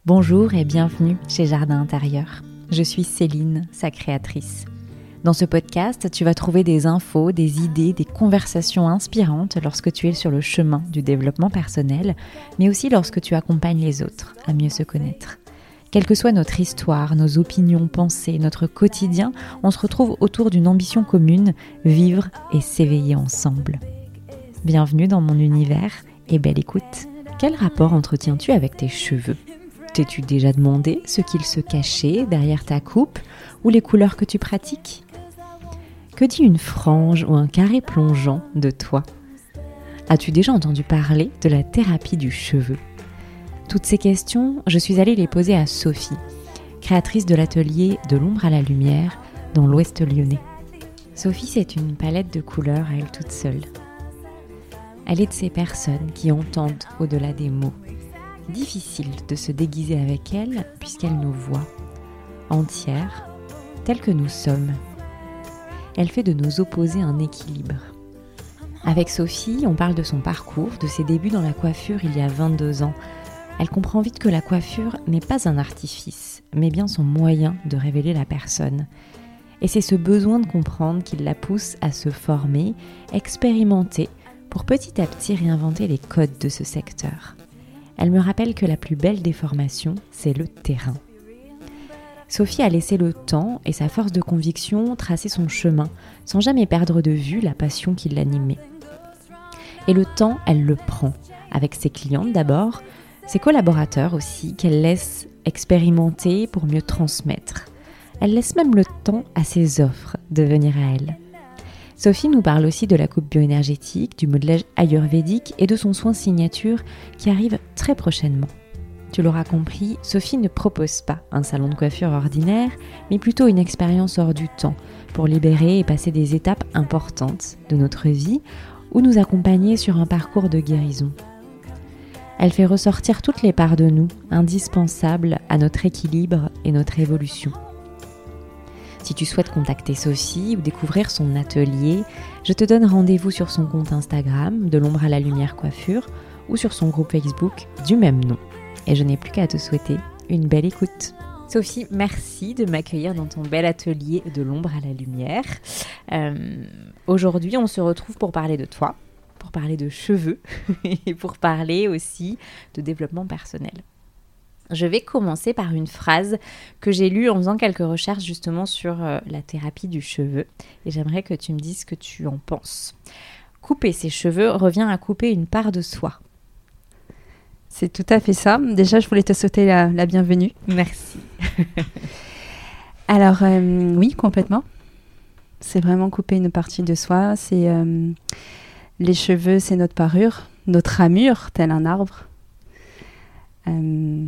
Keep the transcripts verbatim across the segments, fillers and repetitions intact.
Bonjour et bienvenue chez Jardin Intérieur. Je suis Céline, sa créatrice. Dans ce podcast, tu vas trouver des infos, des idées, des conversations inspirantes lorsque tu es sur le chemin du développement personnel, mais aussi lorsque tu accompagnes les autres à mieux se connaître. Quelle que soit notre histoire, nos opinions, pensées, notre quotidien, on se retrouve autour d'une ambition commune, vivre et s'éveiller ensemble. Bienvenue dans mon univers et belle écoute. Quel rapport entretiens-tu avec tes cheveux ? T'es-tu déjà demandé ce qu'ils se cachaient derrière ta coupe ou les couleurs que tu pratiques ? Que dit une frange ou un carré plongeant de toi ? As-tu déjà entendu parler de la thérapie du cheveu ? Toutes ces questions, je suis allée les poser à Sophie, créatrice de l'atelier De l'ombre à la lumière dans l'Ouest lyonnais. Sophie, c'est une palette de couleurs à elle toute seule. Elle est de ces personnes qui entendent au-delà des mots. Difficile de se déguiser avec elle puisqu'elle nous voit, entière, telle que nous sommes. Elle fait de nos opposés un équilibre. Avec Sophie, on parle de son parcours, de ses débuts dans la coiffure il y a vingt-deux ans. Elle comprend vite que la coiffure n'est pas un artifice, mais bien son moyen de révéler la personne. Et c'est ce besoin de comprendre qui la pousse à se former, expérimenter, pour petit à petit réinventer les codes de ce secteur. Elle me rappelle que la plus belle des formations, c'est le terrain. Sophie a laissé le temps et sa force de conviction tracer son chemin, sans jamais perdre de vue la passion qui l'animait. Et le temps, elle le prend, avec ses clientes d'abord, ses collaborateurs aussi, qu'elle laisse expérimenter pour mieux transmettre. Elle laisse même le temps à ses offres de venir à elle. Sophie nous parle aussi de la coupe bioénergétique, du modelage ayurvédique et de son soin signature qui arrive très prochainement. Tu l'auras compris, Sophie ne propose pas un salon de coiffure ordinaire, mais plutôt une expérience hors du temps pour libérer et passer des étapes importantes de notre vie ou nous accompagner sur un parcours de guérison. Elle fait ressortir toutes les parts de nous, indispensables à notre équilibre et notre évolution. Si tu souhaites contacter Sophie ou découvrir son atelier, je te donne rendez-vous sur son compte Instagram, De l'ombre à la lumière coiffure, ou sur son groupe Facebook du même nom. Et je n'ai plus qu'à te souhaiter une belle écoute. Sophie, merci de m'accueillir dans ton bel atelier De l'ombre à la lumière. Euh, aujourd'hui, on se retrouve pour parler de toi, pour parler de cheveux et pour parler aussi de développement personnel. Je vais commencer par une phrase que j'ai lue en faisant quelques recherches justement sur euh, la thérapie du cheveu et j'aimerais que tu me dises ce que tu en penses. Couper ses cheveux revient à couper une part de soi. C'est tout à fait ça. Déjà, je voulais te souhaiter la, la bienvenue. Merci. Alors, euh, oui, complètement. C'est vraiment couper une partie de soi. C'est, euh, les cheveux, c'est notre parure, notre ramure, tel un arbre. Euh,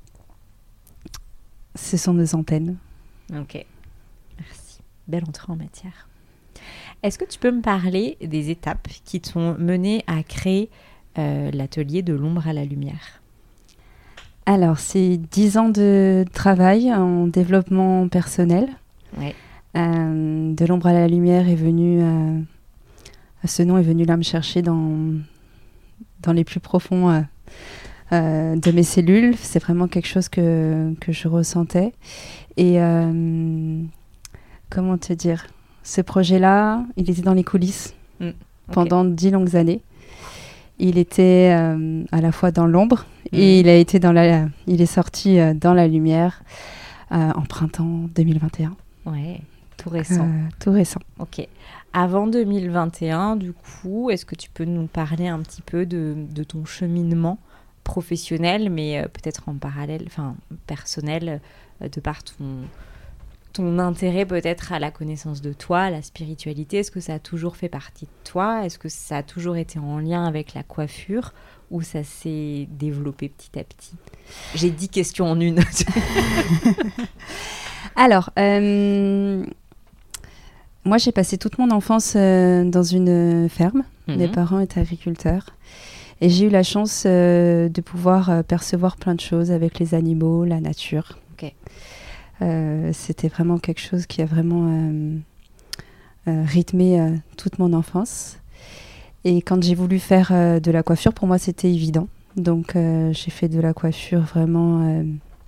ce sont nos antennes. Ok, merci. Belle entrée en matière. Est-ce que tu peux me parler des étapes qui t'ont mené à créer euh, l'atelier De l'ombre à la lumière ? Alors, c'est dix ans de travail en développement personnel. Ouais. Euh, de l'ombre à la lumière est venu, euh, ce nom est venu là me chercher dans, dans les plus profonds euh, Euh, de mes cellules. C'est vraiment quelque chose que, que je ressentais. Et euh, comment te dire, ce projet-là, il était dans les coulisses mmh, okay. pendant dix longues années. Il était euh, à la fois dans l'ombre mmh. et il a été dans la, il est sorti euh, dans la lumière euh, en printemps deux mille vingt et un. Ouais, tout récent. Euh, tout récent. Ok. Avant deux mille vingt et un, du coup, est-ce que tu peux nous parler un petit peu de, de ton cheminement professionnel, mais euh, peut-être en parallèle, enfin personnel, euh, de par ton, ton intérêt peut-être à la connaissance de toi, à la spiritualité. Est-ce que ça a toujours fait partie de toi ? Est-ce que ça a toujours été en lien avec la coiffure ou ça s'est développé petit à petit ? J'ai dix questions en une. Alors, euh, moi j'ai passé toute mon enfance euh, dans une ferme. Mm-hmm. Mes parents étaient agriculteurs. Et j'ai eu la chance euh, de pouvoir euh, percevoir plein de choses avec les animaux, la nature. Okay. Euh, c'était vraiment quelque chose qui a vraiment euh, euh, rythmé euh, toute mon enfance. Et quand j'ai voulu faire euh, de la coiffure, pour moi, c'était évident. Donc, euh, j'ai fait de la coiffure vraiment euh,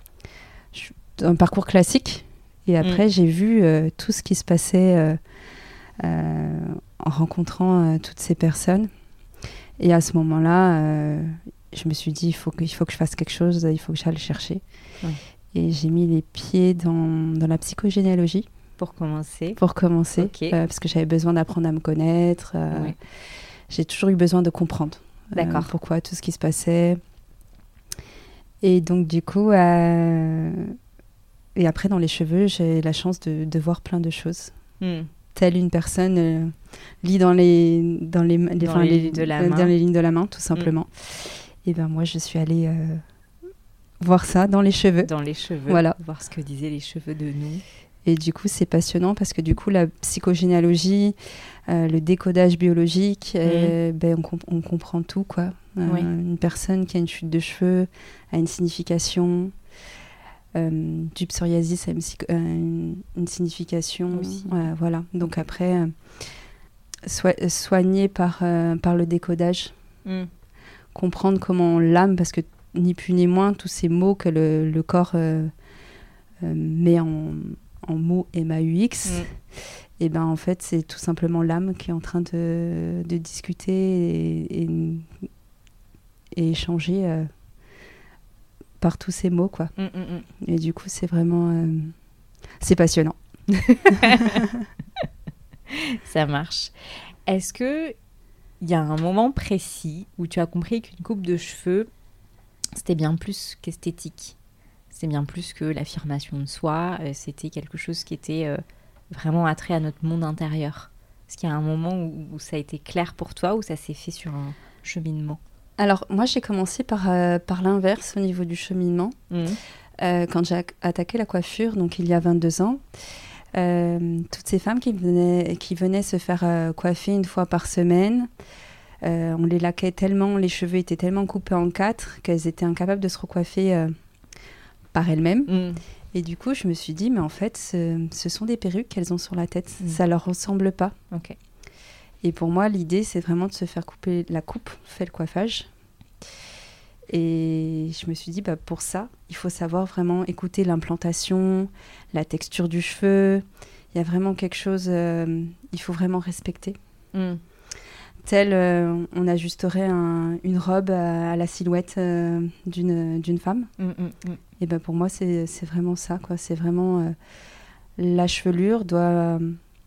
un parcours classique. Et après, mmh. j'ai vu euh, tout ce qui se passait euh, euh, en rencontrant euh, toutes ces personnes. Et à ce moment-là, euh, je me suis dit, il faut que, il faut que je fasse quelque chose, il faut que j'aille chercher. Ouais. Et j'ai mis les pieds dans, dans la psychogénéalogie. Pour commencer. Pour commencer, okay. euh, parce que j'avais besoin d'apprendre à me connaître. Euh, ouais. J'ai toujours eu besoin de comprendre euh, pourquoi tout ce qui se passait. Et donc, du coup, euh, et après, dans les cheveux, j'ai la chance de, de voir plein de choses. Mm. Telle une personne euh, lit dans les, dans les, les, dans enfin, les, les, lignes de la euh, main. dans les lignes de la main, tout simplement. Mm. Et ben moi, je suis allée euh, voir ça dans les cheveux. Dans les cheveux, voilà. Voir ce que disaient les cheveux de nous. Et du coup, c'est passionnant parce que du coup, la psychogénéalogie, euh, le décodage biologique, mmh. euh, ben, on, comp- on comprend tout, quoi. Euh, oui. Une personne qui a une chute de cheveux a une signification. Euh, du psoriasis a une, euh, une, une signification. Aussi. Euh, voilà. Donc après, euh, so- soigner par, euh, par le décodage, mmh. comprendre comment l'âme, parce que ni plus ni moins, tous ces mots que le, le corps euh, euh, met en... en mots M A U X, mm. et ben en fait c'est tout simplement l'âme qui est en train de, de discuter et, et, et échanger euh, par tous ces mots, quoi. Mm, mm, mm. Et du coup c'est vraiment euh, c'est passionnant. Ça marche. Est-ce que il y a un moment précis où tu as compris qu'une coupe de cheveux c'était bien plus qu'esthétique? C'est bien plus que l'affirmation de soi, euh, c'était quelque chose qui était euh, vraiment attrait à notre monde intérieur. Est-ce qu'il y a un moment où, où ça a été clair pour toi, ou ça s'est fait sur un cheminement? Alors, moi, j'ai commencé par, euh, par l'inverse au niveau du cheminement. Mmh. Euh, quand j'ai attaqué la coiffure, donc il y a vingt-deux ans, euh, toutes ces femmes qui venaient, qui venaient se faire euh, coiffer une fois par semaine, euh, on les laquait tellement, les cheveux étaient tellement coupés en quatre qu'elles étaient incapables de se recoiffer euh, par elles-mêmes. Mm. Et du coup, je me suis dit, mais en fait, ce, ce sont des perruques qu'elles ont sur la tête. Mm. Ça leur ressemble pas. Okay. Et pour moi, l'idée, c'est vraiment de se faire couper la coupe, fait le coiffage. Et je me suis dit, bah, pour ça, il faut savoir vraiment écouter l'implantation, la texture du cheveu. Il y a vraiment quelque chose, euh, il faut vraiment respecter. Mm. Tel, euh, on ajusterait un, une robe à, à la silhouette euh, d'une, d'une femme. Mm, mm, mm. Et ben pour moi, c'est, c'est vraiment ça, quoi. C'est vraiment... Euh, la chevelure doit, euh,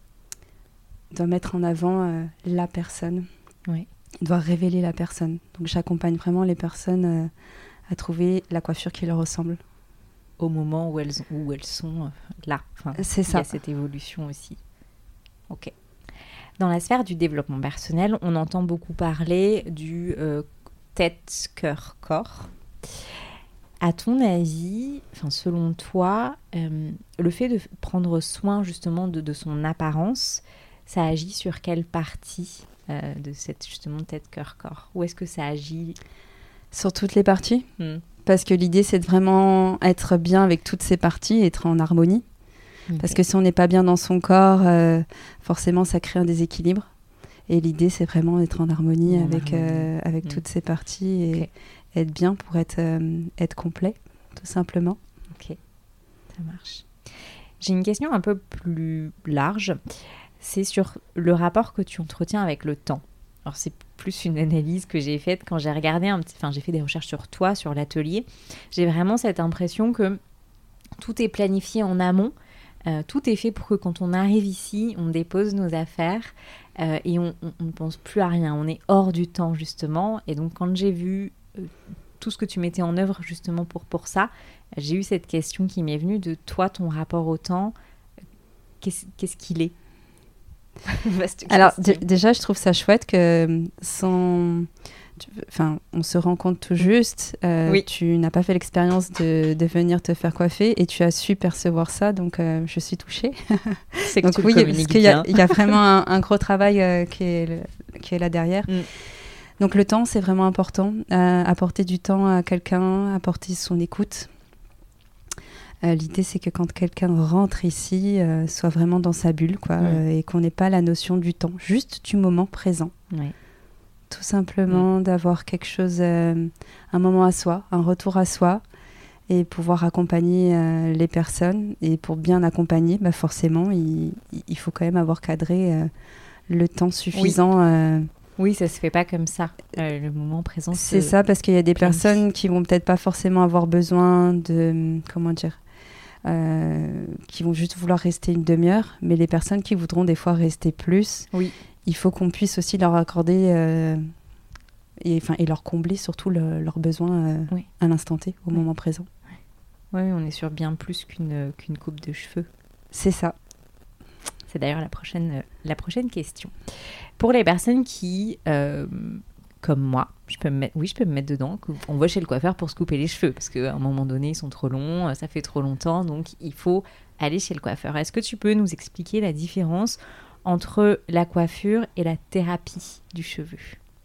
doit mettre en avant euh, la personne. Oui. Doit révéler la personne. Donc j'accompagne vraiment les personnes euh, à trouver la coiffure qui leur ressemble. Au moment où elles, où elles sont euh, là. Enfin, c'est ça. Il y a cette évolution aussi. Ok. Dans la sphère du développement personnel, on entend beaucoup parler du euh, tête, cœur, corps. À ton avis, enfin selon toi, euh, le fait de prendre soin justement de, de son apparence, ça agit sur quelle partie euh, de cette justement tête, cœur, corps? Ou est-ce que ça agit sur toutes les parties? hmm. Parce que l'idée, c'est de vraiment être bien avec toutes ces parties, être en harmonie. Okay. Parce que si on n'est pas bien dans son corps, euh, forcément, ça crée un déséquilibre. Et l'idée, c'est vraiment d'être en harmonie en avec, harmonie. Euh, avec mmh. toutes ces parties et okay. être bien pour être, euh, être complet, tout simplement. Ok, ça marche. J'ai une question un peu plus large. C'est sur le rapport que tu entretiens avec le temps. Alors, c'est plus une analyse que j'ai faite quand j'ai regardé un petit... Enfin, j'ai fait des recherches sur toi, sur l'atelier. J'ai vraiment cette impression que tout est planifié en amont. Euh, tout est fait pour que quand on arrive ici, on dépose nos affaires euh, et on ne pense plus à rien. On est hors du temps, justement. Et donc, quand j'ai vu euh, tout ce que tu mettais en œuvre, justement, pour, pour ça, j'ai eu cette question qui m'est venue de toi, ton rapport au temps. Qu'est-ce, qu'est-ce qu'il est? Alors, d- déjà, je trouve ça chouette que sans... Enfin, on se rend compte tout juste, euh, oui. tu n'as pas fait l'expérience de, de venir te faire coiffer et tu as su percevoir ça, donc euh, je suis touchée. C'est que donc, tu oui, le communiques parce qu'il y a, bien. Il y a vraiment un, un gros travail euh, qui, est le, qui est là derrière. Mm. Donc le temps, c'est vraiment important. Euh, apporter du temps à quelqu'un, apporter son écoute. Euh, l'idée, c'est que quand quelqu'un rentre ici, euh, soit vraiment dans sa bulle, quoi, mm. euh, et qu'on n'ait pas la notion du temps, juste du moment présent. Oui. Tout simplement mmh. d'avoir quelque chose, euh, un moment à soi, un retour à soi, et pouvoir accompagner euh, les personnes. Et pour bien accompagner, bah forcément, il, il faut quand même avoir cadré euh, le temps suffisant. Oui. Euh, Oui, ça se fait pas comme ça. Euh, le moment présent. C'est ça, parce qu'il y a des planifie. personnes qui vont peut-être pas forcément avoir besoin de, comment dire, euh, qui vont juste vouloir rester une demi-heure, mais les personnes qui voudront des fois rester plus, oui. il faut qu'on puisse aussi leur accorder euh, et, enfin, et leur combler surtout le, leurs besoins euh, oui. à l'instant T, au oui. moment présent. Oui, on est sur bien plus qu'une, qu'une coupe de cheveux. C'est ça. C'est d'ailleurs la prochaine, la prochaine question. Pour les personnes qui, euh, comme moi, je peux me mettre, oui, je peux me mettre dedans, on va chez le coiffeur pour se couper les cheveux, parce qu'à un moment donné, ils sont trop longs, ça fait trop longtemps, donc il faut aller chez le coiffeur. Est-ce que tu peux nous expliquer la différence entre la coiffure et la thérapie du cheveu ?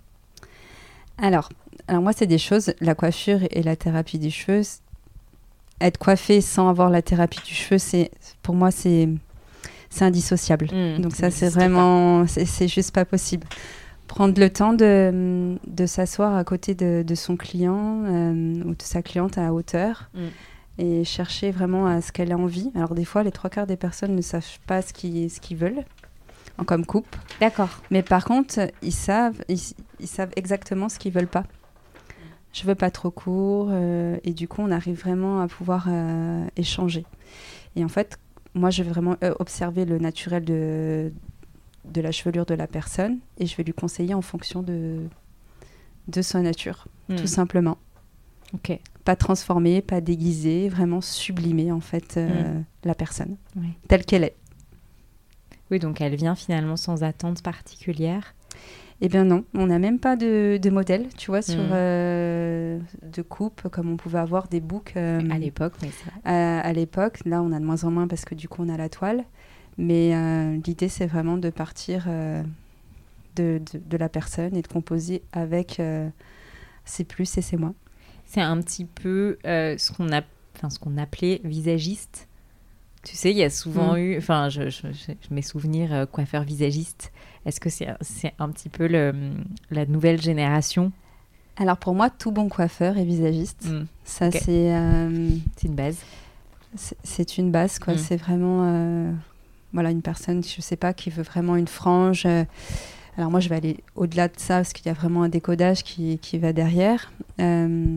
Alors, alors moi, c'est des choses, la coiffure et la thérapie du cheveu, être coiffé sans avoir la thérapie du cheveu, c'est, pour moi, c'est... c'est indissociable. Mmh, donc ça, c'est vraiment... C'est, c'est juste pas possible. Prendre le temps de, de s'asseoir à côté de, de son client euh, ou de sa cliente à hauteur mmh. et chercher vraiment à ce qu'elle a envie. Alors des fois, les trois quarts des personnes ne savent pas ce qu'ils, ce qu'ils veulent, en comme coupe. D'accord. Mais par contre, ils savent, ils, ils savent exactement ce qu'ils veulent pas. Je veux pas trop court euh, et du coup, on arrive vraiment à pouvoir euh, échanger. Et en fait, moi, je vais vraiment euh, observer le naturel de, de la chevelure de la personne et je vais lui conseiller en fonction de, de sa nature, mmh. tout simplement. Ok. Pas transformer, pas déguiser, vraiment sublimer, en fait, euh, mmh. la personne, oui. telle qu'elle est. Oui, donc elle vient finalement sans attente particulière. Eh bien non, on n'a même pas de, de modèle, tu vois, sur, mmh. euh, de coupe, comme on pouvait avoir des books. Euh, à l'époque, oui, c'est vrai. À, à l'époque, là, on a de moins en moins parce que du coup, on a la toile. Mais euh, l'idée, c'est vraiment de partir euh, de, de, de la personne et de composer avec euh, ses plus et ses moins. C'est un petit peu euh, ce qu'on a, enfin, ce qu'on appelait visagiste. Tu sais, il y a souvent mmh. eu, enfin, je, je, je, je mes souvenirs euh, coiffeur visagiste. Est-ce que c'est, c'est un petit peu le, la nouvelle génération ? Alors pour moi, tout bon coiffeur est visagiste. Mmh. Ça, okay. c'est... Euh, c'est une base. C'est, c'est une base, quoi. Mmh. C'est vraiment... Euh, voilà, une personne, je sais pas, qui veut vraiment une frange. Euh, alors moi, je vais aller au-delà de ça, parce qu'il y a vraiment un décodage qui, qui va derrière. Euh,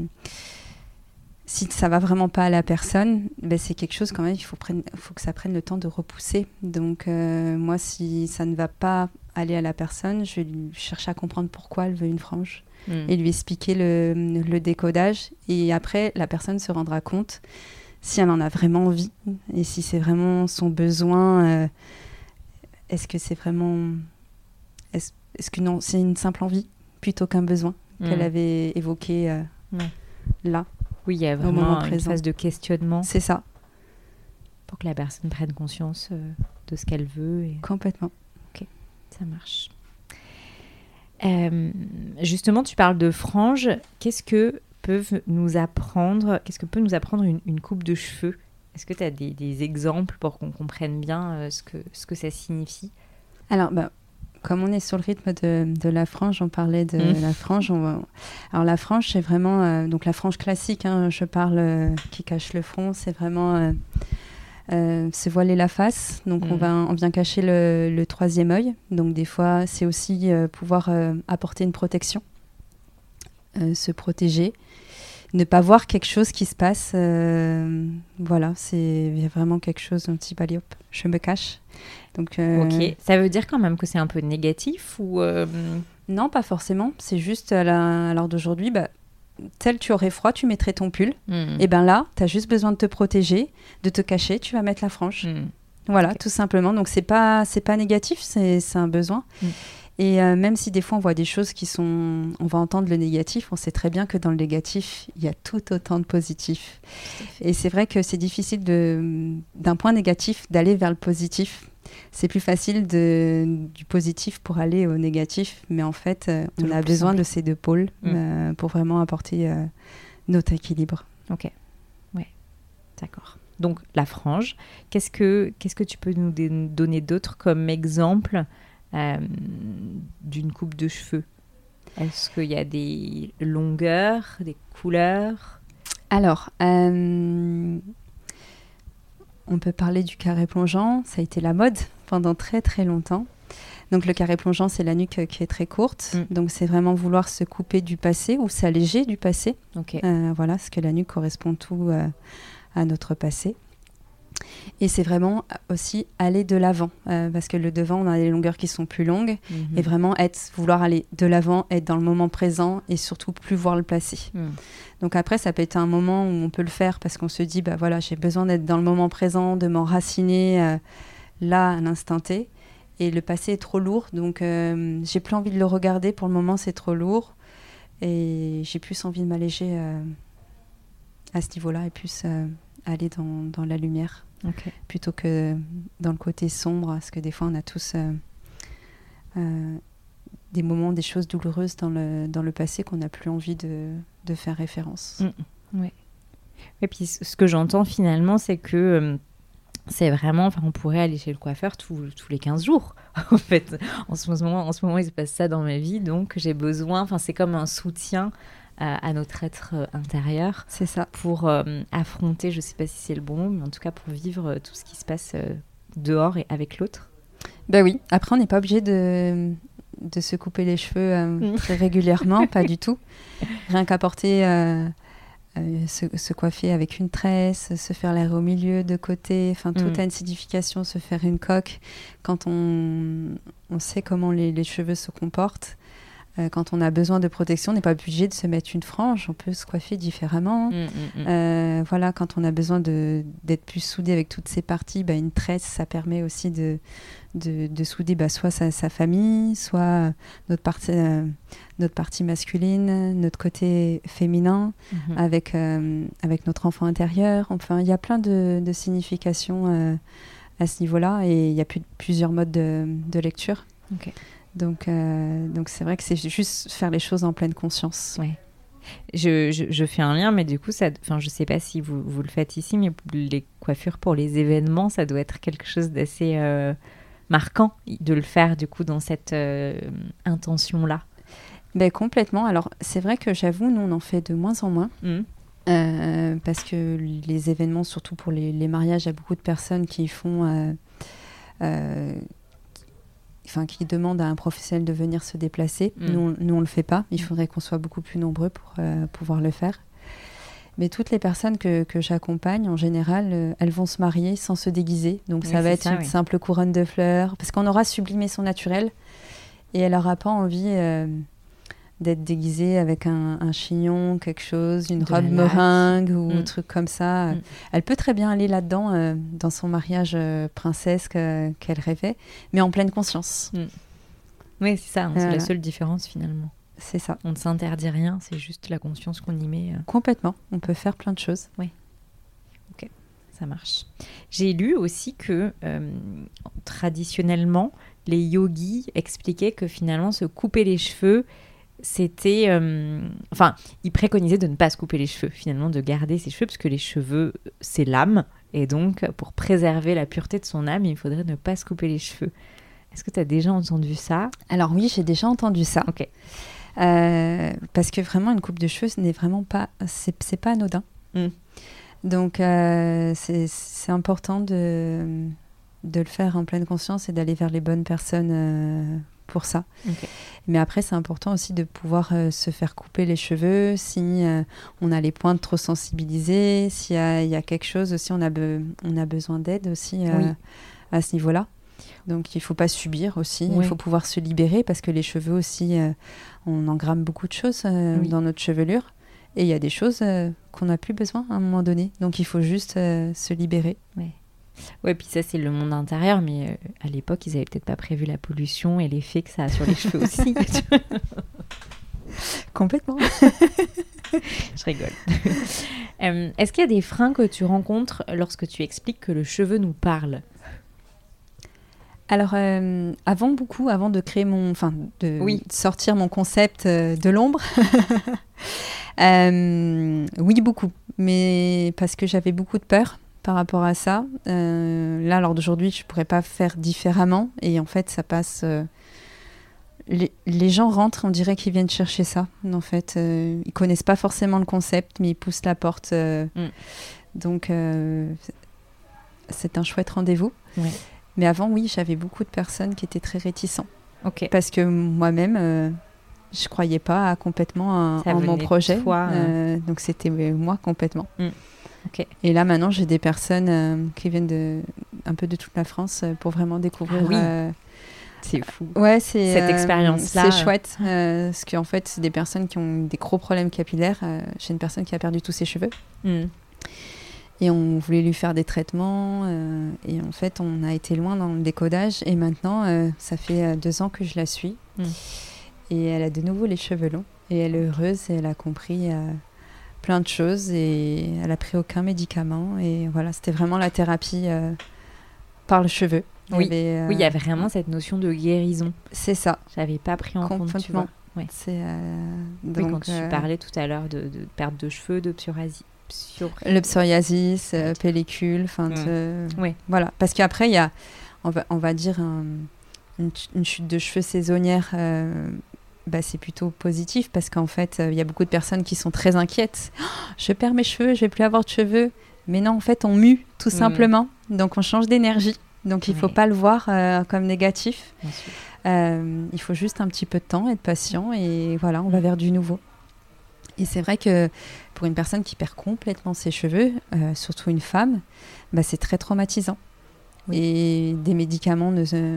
si ça va vraiment pas à la personne, ben c'est quelque chose quand même, il faut, prenne, faut que ça prenne le temps de repousser. Donc euh, moi, si ça ne va pas aller à la personne, je vais lui chercher à comprendre pourquoi elle veut une frange mmh. et lui expliquer le, le décodage. Et après, la personne se rendra compte si elle en a vraiment envie et si c'est vraiment son besoin. Euh, est-ce que c'est vraiment... Est-ce, est-ce que non, c'est une simple envie plutôt qu'un besoin mmh. qu'elle avait évoqué euh, mmh. là. Oui, il y a vraiment une phase de questionnement. C'est ça. Pour que la personne prenne conscience euh, de ce qu'elle veut. Et... Complètement. Ok, ça marche. Euh, justement, tu parles de franges. Qu'est-ce que peuvent nous apprendre Qu'est-ce que peut nous apprendre une, une coupe de cheveux ? Est-ce que tu as des, des exemples pour qu'on comprenne bien euh, ce que ce que ça signifie ? Alors, bah, comme on est sur le rythme de, de la frange, on parlait de mmh. la frange. On va... Alors la frange, c'est vraiment euh, donc la frange classique. Hein, je parle euh, qui cache le front. C'est vraiment euh, euh, se voiler la face. Donc mmh. on va on vient cacher le, le troisième œil. Donc des fois, c'est aussi euh, pouvoir euh, apporter une protection, euh, se protéger, ne pas voir quelque chose qui se passe. Euh, voilà, c'est il y a vraiment quelque chose un petit allez hop, je me cache. Donc, euh... ok, ça veut dire quand même que c'est un peu négatif ou euh... Non, pas forcément. C'est juste à, la... à l'heure d'aujourd'hui, bah, tel tu aurais froid, tu mettrais ton pull. Mmh. Et bien là, tu as juste besoin de te protéger, de te cacher, tu vas mettre la frange. Mmh. Voilà, okay. tout simplement. Donc, c'est pas, c'est pas négatif, c'est, c'est un besoin. Mmh. Et euh, même si des fois, on voit des choses qui sont... On va entendre le négatif, on sait très bien que dans le négatif, il y a tout autant de positif. Et c'est vrai que c'est difficile, de, d'un point négatif, d'aller vers le positif. C'est plus facile de, du positif pour aller au négatif, mais en fait, euh, on a besoin simple. de ces deux pôles mmh. euh, pour vraiment apporter euh, notre équilibre. Ok, ouais, d'accord. Donc, la frange, qu'est-ce que, qu'est-ce que tu peux nous d- donner d'autre comme exemple euh, d'une coupe de cheveux ? Est-ce qu'il y a des longueurs, des couleurs ? Alors, euh, on peut parler du carré plongeant. Ça a été la mode pendant très très longtemps. Donc le carré plongeant, c'est la nuque qui est très courte. Mm. Donc c'est vraiment vouloir se couper du passé ou s'alléger du passé. Okay. Euh, voilà, parce que la nuque correspond tout euh, à notre passé. Et c'est vraiment aussi aller de l'avant. Euh, parce que le devant, on a des longueurs qui sont plus longues. Mm-hmm. Et vraiment être, vouloir aller de l'avant, être dans le moment présent et surtout plus voir le passé. Mm. Donc après, ça peut être un moment où on peut le faire parce qu'on se dit, bah voilà, j'ai besoin d'être dans le moment présent, de m'enraciner euh, là, à l'instant T. Et le passé est trop lourd, donc euh, j'ai plus envie de le regarder. Pour le moment, c'est trop lourd. Et j'ai plus envie de m'alléger euh, à ce niveau-là et plus euh, aller dans, dans la lumière. Okay. Plutôt que dans le côté sombre, parce que des fois, on a tous euh, euh, des moments, des choses douloureuses dans le, dans le passé qu'on n'a plus envie de, de faire référence. Mmh. Ouais. Et puis, ce que j'entends finalement, c'est que... Euh, c'est vraiment, enfin, on pourrait aller chez le coiffeur tous, tous les quinze jours, en fait. En ce moment, en ce moment, il se passe ça dans ma vie, donc j'ai besoin, enfin, c'est comme un soutien à, à notre être euh, intérieur. C'est ça. Pour euh, affronter, je ne sais pas si c'est le bon mot, mais en tout cas pour vivre euh, tout ce qui se passe euh, dehors et avec l'autre. Ben oui, après, on n'est pas obligé de, de se couper les cheveux euh, mmh. très régulièrement, pas du tout. Rien qu'apporter... Euh, Euh, se, se coiffer avec une tresse, se faire l'air au milieu, de côté, enfin tout mmh. a une signification, se faire une coque. Quand on, on sait comment les, les cheveux se comportent, euh, quand on a besoin de protection, on n'est pas obligé de se mettre une frange, on peut se coiffer différemment. Mmh, mmh, euh, voilà, quand on a besoin de, d'être plus soudé avec toutes ces parties, bah, une tresse, ça permet aussi de, de, de souder bah, soit sa, sa famille, soit notre partie, euh, notre partie masculine, notre côté féminin, mmh. avec, euh, avec notre enfant intérieur. Enfin, il y a plein de, de significations euh, à ce niveau-là et il y a plus, plusieurs modes de, de lecture. Okay. Donc, euh, donc c'est vrai que c'est juste faire les choses en pleine conscience. Ouais. Je, je, je fais un lien, mais du coup, ça, je ne sais pas si vous, vous le faites ici, mais les coiffures pour les événements, ça doit être quelque chose d'assez euh, marquant de le faire du coup dans cette euh, intention-là. Ben, complètement. Alors, c'est vrai que j'avoue, nous, on en fait de moins en moins. Mmh. Euh, parce que les événements, surtout pour les, les mariages, il y a beaucoup de personnes qui font... Euh, euh, Enfin, qui demande à un professionnel de venir se déplacer. Mmh. Nous, on, nous, on le fait pas. Il faudrait qu'on soit beaucoup plus nombreux pour euh, pouvoir le faire. Mais toutes les personnes que, que j'accompagne, en général, euh, elles vont se marier sans se déguiser. Donc, oui, ça va être ça, une oui. simple couronne de fleurs. Parce qu'on aura sublimé son naturel. Et elle n'aura pas envie euh, d'être déguisée avec un, un chignon, quelque chose, une de robe meringue ou mmh. un truc comme ça. Mmh. Elle peut très bien aller là-dedans, euh, dans son mariage euh, princesse que, qu'elle rêvait, mais en pleine conscience. Mmh. Oui, c'est ça, hein, c'est euh, la seule différence finalement. C'est ça. On ne s'interdit rien, c'est juste la conscience qu'on y met. Euh... Complètement, on peut faire plein de choses. Oui, ok, ça marche. J'ai lu aussi que euh, traditionnellement, les yogis expliquaient que finalement, se couper les cheveux, c'était... Euh, enfin, ils préconisaient de ne pas se couper les cheveux, finalement, de garder ses cheveux, parce que les cheveux, c'est l'âme. Et donc, pour préserver la pureté de son âme, il faudrait ne pas se couper les cheveux. Est-ce que tu as déjà entendu ça ? Alors oui, j'ai déjà entendu ça. Ok. Euh, parce que vraiment, une coupe de cheveux, ce n'est vraiment pas... C'est, c'est pas anodin. Mm. Donc, euh, c'est, c'est important de, de le faire en pleine conscience et d'aller vers les bonnes personnes... Euh, pour ça. Okay. Mais après, c'est important aussi de pouvoir euh, se faire couper les cheveux si euh, on a les pointes trop sensibilisées, s'il y a, y a quelque chose aussi, on a, be- on a besoin d'aide aussi euh, oui. à ce niveau-là. Donc, il ne faut pas subir aussi, oui. il faut pouvoir se libérer parce que les cheveux aussi, euh, on engramme beaucoup de choses euh, oui. dans notre chevelure et il y a des choses euh, qu'on n'a plus besoin à un moment donné. Donc, il faut juste euh, se libérer. Oui. Ouais, puis ça, c'est le monde intérieur, mais euh, à l'époque, ils n'avaient peut-être pas prévu la pollution et l'effet que ça a sur les cheveux aussi. Complètement. Je rigole. euh, est-ce qu'il y a des freins que tu rencontres lorsque tu expliques que le cheveu nous parle ? Alors, euh, avant beaucoup, avant de créer mon... Enfin, de oui. sortir mon concept euh, de l'ombre, euh, oui, beaucoup. Mais parce que j'avais beaucoup de peur par rapport à ça. Euh, là, lors d'aujourd'hui, je ne pourrais pas faire différemment. Et en fait, ça passe... Euh, les, les gens rentrent, on dirait qu'ils viennent chercher ça. En fait, euh, ils connaissent pas forcément le concept, mais ils poussent la porte. Euh, mm. Donc, euh, c'est un chouette rendez-vous. Ouais. Mais avant, oui, j'avais beaucoup de personnes qui étaient très réticents. Okay. Parce que moi-même, euh, je croyais pas complètement en mon projet. Toi, euh, donc, c'était moi complètement. Mm. Okay. Et là, maintenant, j'ai des personnes euh, qui viennent de, un peu de toute la France euh, pour vraiment découvrir... Ah oui. euh, c'est fou. Ouais, c'est, cette expérience-là. C'est chouette. Euh, parce qu'en fait, c'est des personnes qui ont des gros problèmes capillaires. Euh, j'ai une personne qui a perdu tous ses cheveux. Mm. Et on voulait lui faire des traitements. Euh, et en fait, on a été loin dans le décodage. Et maintenant, euh, ça fait euh, deux ans que je la suis. Mm. Et elle a de nouveau les cheveux longs. Et elle est heureuse et elle a compris euh, plein de choses. Et elle n'a pris aucun médicament. Et voilà, c'était vraiment la thérapie euh, par le cheveu. Il oui. Avait, euh... oui, il y a vraiment cette notion de guérison. C'est ça. J'avais pas pris en compte, tu vois. Ouais. C'est, euh, donc, oui, quand euh... tu parlais tout à l'heure de, de perte de cheveux, de psoriasis. Psori... Le psoriasis, euh, pellicule, enfin, mmh. te... oui. Voilà. Parce qu'après, il y a, on va, on va dire, un, une, une chute de cheveux saisonnière. Euh, bah, c'est plutôt positif parce qu'en fait, il euh, y a beaucoup de personnes qui sont très inquiètes. Oh, je perds mes cheveux, je vais plus avoir de cheveux. Mais non, en fait, on mue tout mmh. simplement. Donc, on change d'énergie. Donc, il ne faut oui. pas le voir euh, comme négatif. Euh, il faut juste un petit peu de temps, être patient et voilà, on va vers du nouveau. Et c'est vrai que pour une personne qui perd complètement ses cheveux, euh, surtout une femme, bah, c'est très traumatisant. Oui. Et des médicaments ne, euh,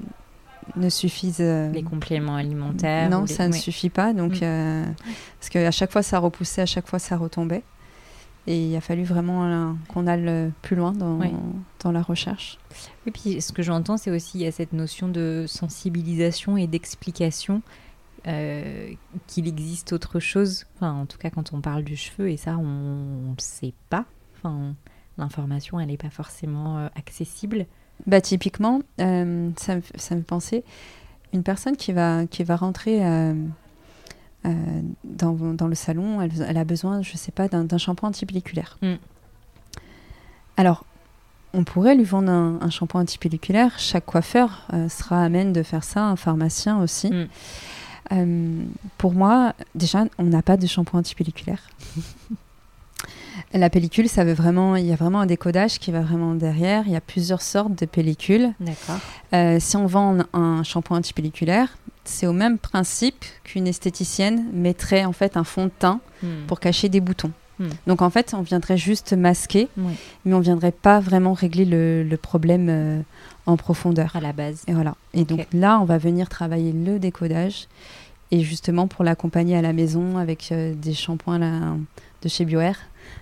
ne suffisent... Euh, les compléments alimentaires Non, les... ça oui. ne suffit pas. Donc, mmh. euh, parce qu'à chaque fois, ça repoussait, à chaque fois, ça retombait. Et il a fallu vraiment euh, qu'on aille plus loin dans, oui. dans la recherche. Et puis, ce que j'entends, c'est aussi il y a cette notion de sensibilisation et d'explication euh, qu'il existe autre chose. Enfin, en tout cas, quand on parle du cheveu, et ça, on ne le sait pas. Enfin, l'information, elle n'est pas forcément euh, accessible. Bah, typiquement, euh, ça, me, ça me pensait, une personne qui va, qui va rentrer... Euh, Euh, dans, dans le salon, elle, elle a besoin, je sais pas, d'un, d'un shampoing antipelliculaire. Mm. Alors, on pourrait lui vendre un, un shampoing antipelliculaire. Chaque coiffeur euh, sera amène de faire ça, un pharmacien aussi. Mm. Euh, pour moi, déjà, on n'a pas de shampoing antipelliculaire. La pellicule, ça veut vraiment, il y a vraiment un décodage qui va vraiment derrière. Il y a plusieurs sortes de pellicules. D'accord. Euh, si on vend un shampoing antipelliculaire, c'est au même principe qu'une esthéticienne mettrait en fait un fond de teint mmh. pour cacher des boutons. Mmh. Donc en fait, on viendrait juste masquer, oui. mais on viendrait pas vraiment régler le, le problème euh, en profondeur. À la base. Et voilà. Et okay. donc là, on va venir travailler le décodage et justement pour l'accompagner à la maison avec euh, des shampoings là, de chez Bioair,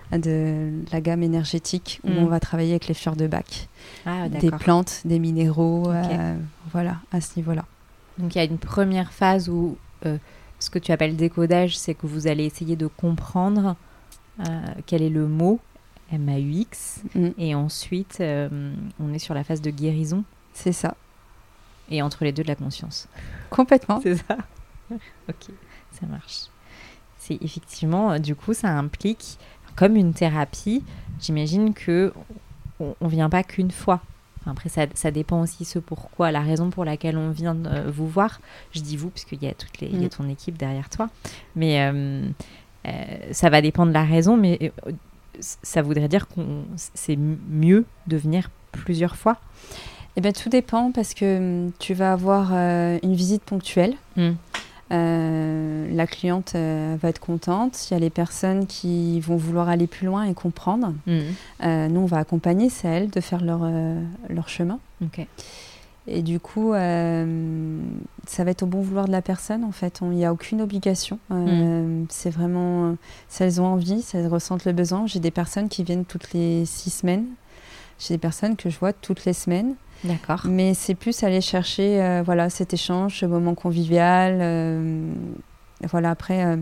de la gamme énergétique où mmh. on va travailler avec les fleurs de bac, ah, des plantes, des minéraux, okay. euh, voilà, à ce niveau-là. Donc, il y a une première phase où euh, ce que tu appelles décodage, c'est que vous allez essayer de comprendre euh, quel est le mot, M A U X, mm. et ensuite, euh, on est sur la phase de guérison. C'est ça. Et entre les deux, de la conscience. Complètement. C'est ça. Ok, ça marche. C'est effectivement, du coup, ça implique, comme une thérapie, j'imagine qu'on ne vient pas qu'une fois. Enfin, après, ça, ça dépend aussi ce pourquoi, la raison pour laquelle on vient euh, vous voir. Je dis vous, parce qu'il y a, toutes les, mmh. il y a ton équipe derrière toi. Mais euh, euh, ça va dépendre de la raison, mais euh, ça voudrait dire que c'est mieux de venir plusieurs fois. Eh bien, tout dépend, parce que tu vas avoir euh, une visite ponctuelle. Mmh. Euh, la cliente euh, va être contente. Il y a les personnes qui vont vouloir aller plus loin et comprendre. Mmh. Euh, nous, on va accompagner, c'est à elles de faire leur, euh, leur chemin. Okay. Et du coup, euh, ça va être au bon vouloir de la personne. En fait, il n'y a aucune obligation. Euh, mmh. C'est vraiment, si elles ont envie, si elles ressentent le besoin. J'ai des personnes qui viennent toutes les six semaines. J'ai des personnes que je vois toutes les semaines. D'accord. Mais c'est plus aller chercher euh, voilà, cet échange, ce moment convivial. Euh, voilà, après, euh,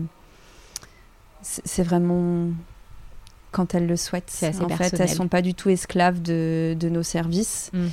c'est, c'est vraiment quand elles le souhaitent. C'est assez en personnel. fait, elles ne sont pas du tout esclaves de, de nos services. Mm.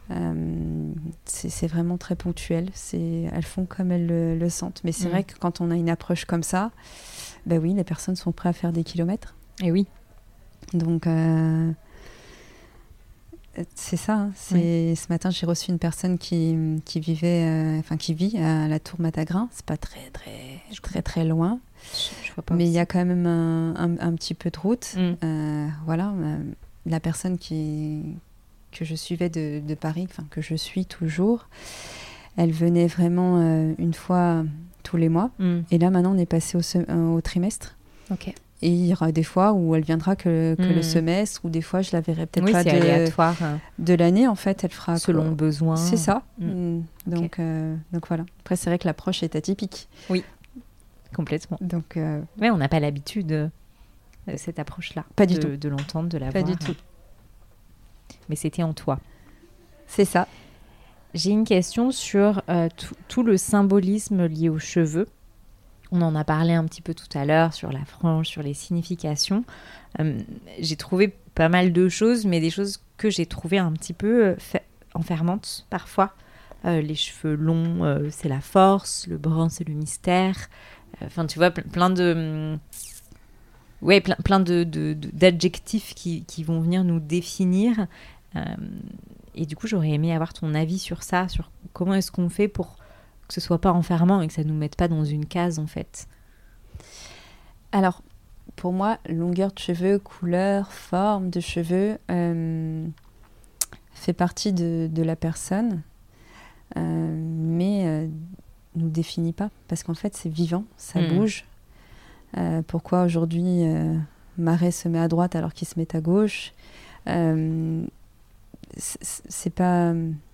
Euh, c'est, c'est vraiment très ponctuel. C'est, elles font comme elles le, le sentent. Mais c'est mm. vrai que quand on a une approche comme ça, ben oui, les personnes sont prêtes à faire des kilomètres. Et oui. Donc... Euh, C'est ça. Hein. C'est, oui. Ce matin, j'ai reçu une personne qui, qui vivait, euh, enfin qui vit à la Tour Matagrin. C'est pas très très je très très loin, je, je vois pas mais il y a quand même un, un, un petit peu de route. Mm. Euh, voilà, la personne qui que je suivais de, de Paris, enfin que je suis toujours, elle venait vraiment euh, une fois tous les mois. Mm. Et là, maintenant, on est passé au, se- au trimestre. Ok. Et il y aura des fois où elle viendra que, que mmh. le semestre, ou des fois je la verrai peut-être oui, pas c'est de, aléatoire. de l'année. En fait, elle fera selon le besoin. C'est ça. Mmh. Donc, okay. euh, donc voilà. Après, c'est vrai que l'approche est atypique. Oui, complètement. Donc, euh... mais on n'a pas l'habitude de cette approche-là. Pas du de, tout. De l'entendre, de la pas voir. Pas du tout. Mais c'était en toi. C'est ça. J'ai une question sur euh, tout, tout le symbolisme lié aux cheveux. On en a parlé un petit peu tout à l'heure sur la frange, sur les significations. Euh, j'ai trouvé pas mal de choses, mais des choses que j'ai trouvées un petit peu euh, fa- enfermantes parfois. Euh, les cheveux longs, euh, c'est la force. Le brun, c'est le mystère. Enfin, euh, tu vois, plein de... Ouais, plein, plein de, de, de, d'adjectifs qui, qui vont venir nous définir. Euh, et du coup, j'aurais aimé avoir ton avis sur ça, sur comment est-ce qu'on fait pour... que ce soit pas enfermant et que ça nous mette pas dans une case en fait. Alors pour moi, longueur de cheveux, couleur, forme de cheveux euh, fait partie de, de la personne, euh, mais euh, nous définit pas parce qu'en fait c'est vivant, ça mmh. bouge. Euh, pourquoi aujourd'hui euh, Marais se met à droite alors qu'il se met à gauche, euh, c'est, c'est pas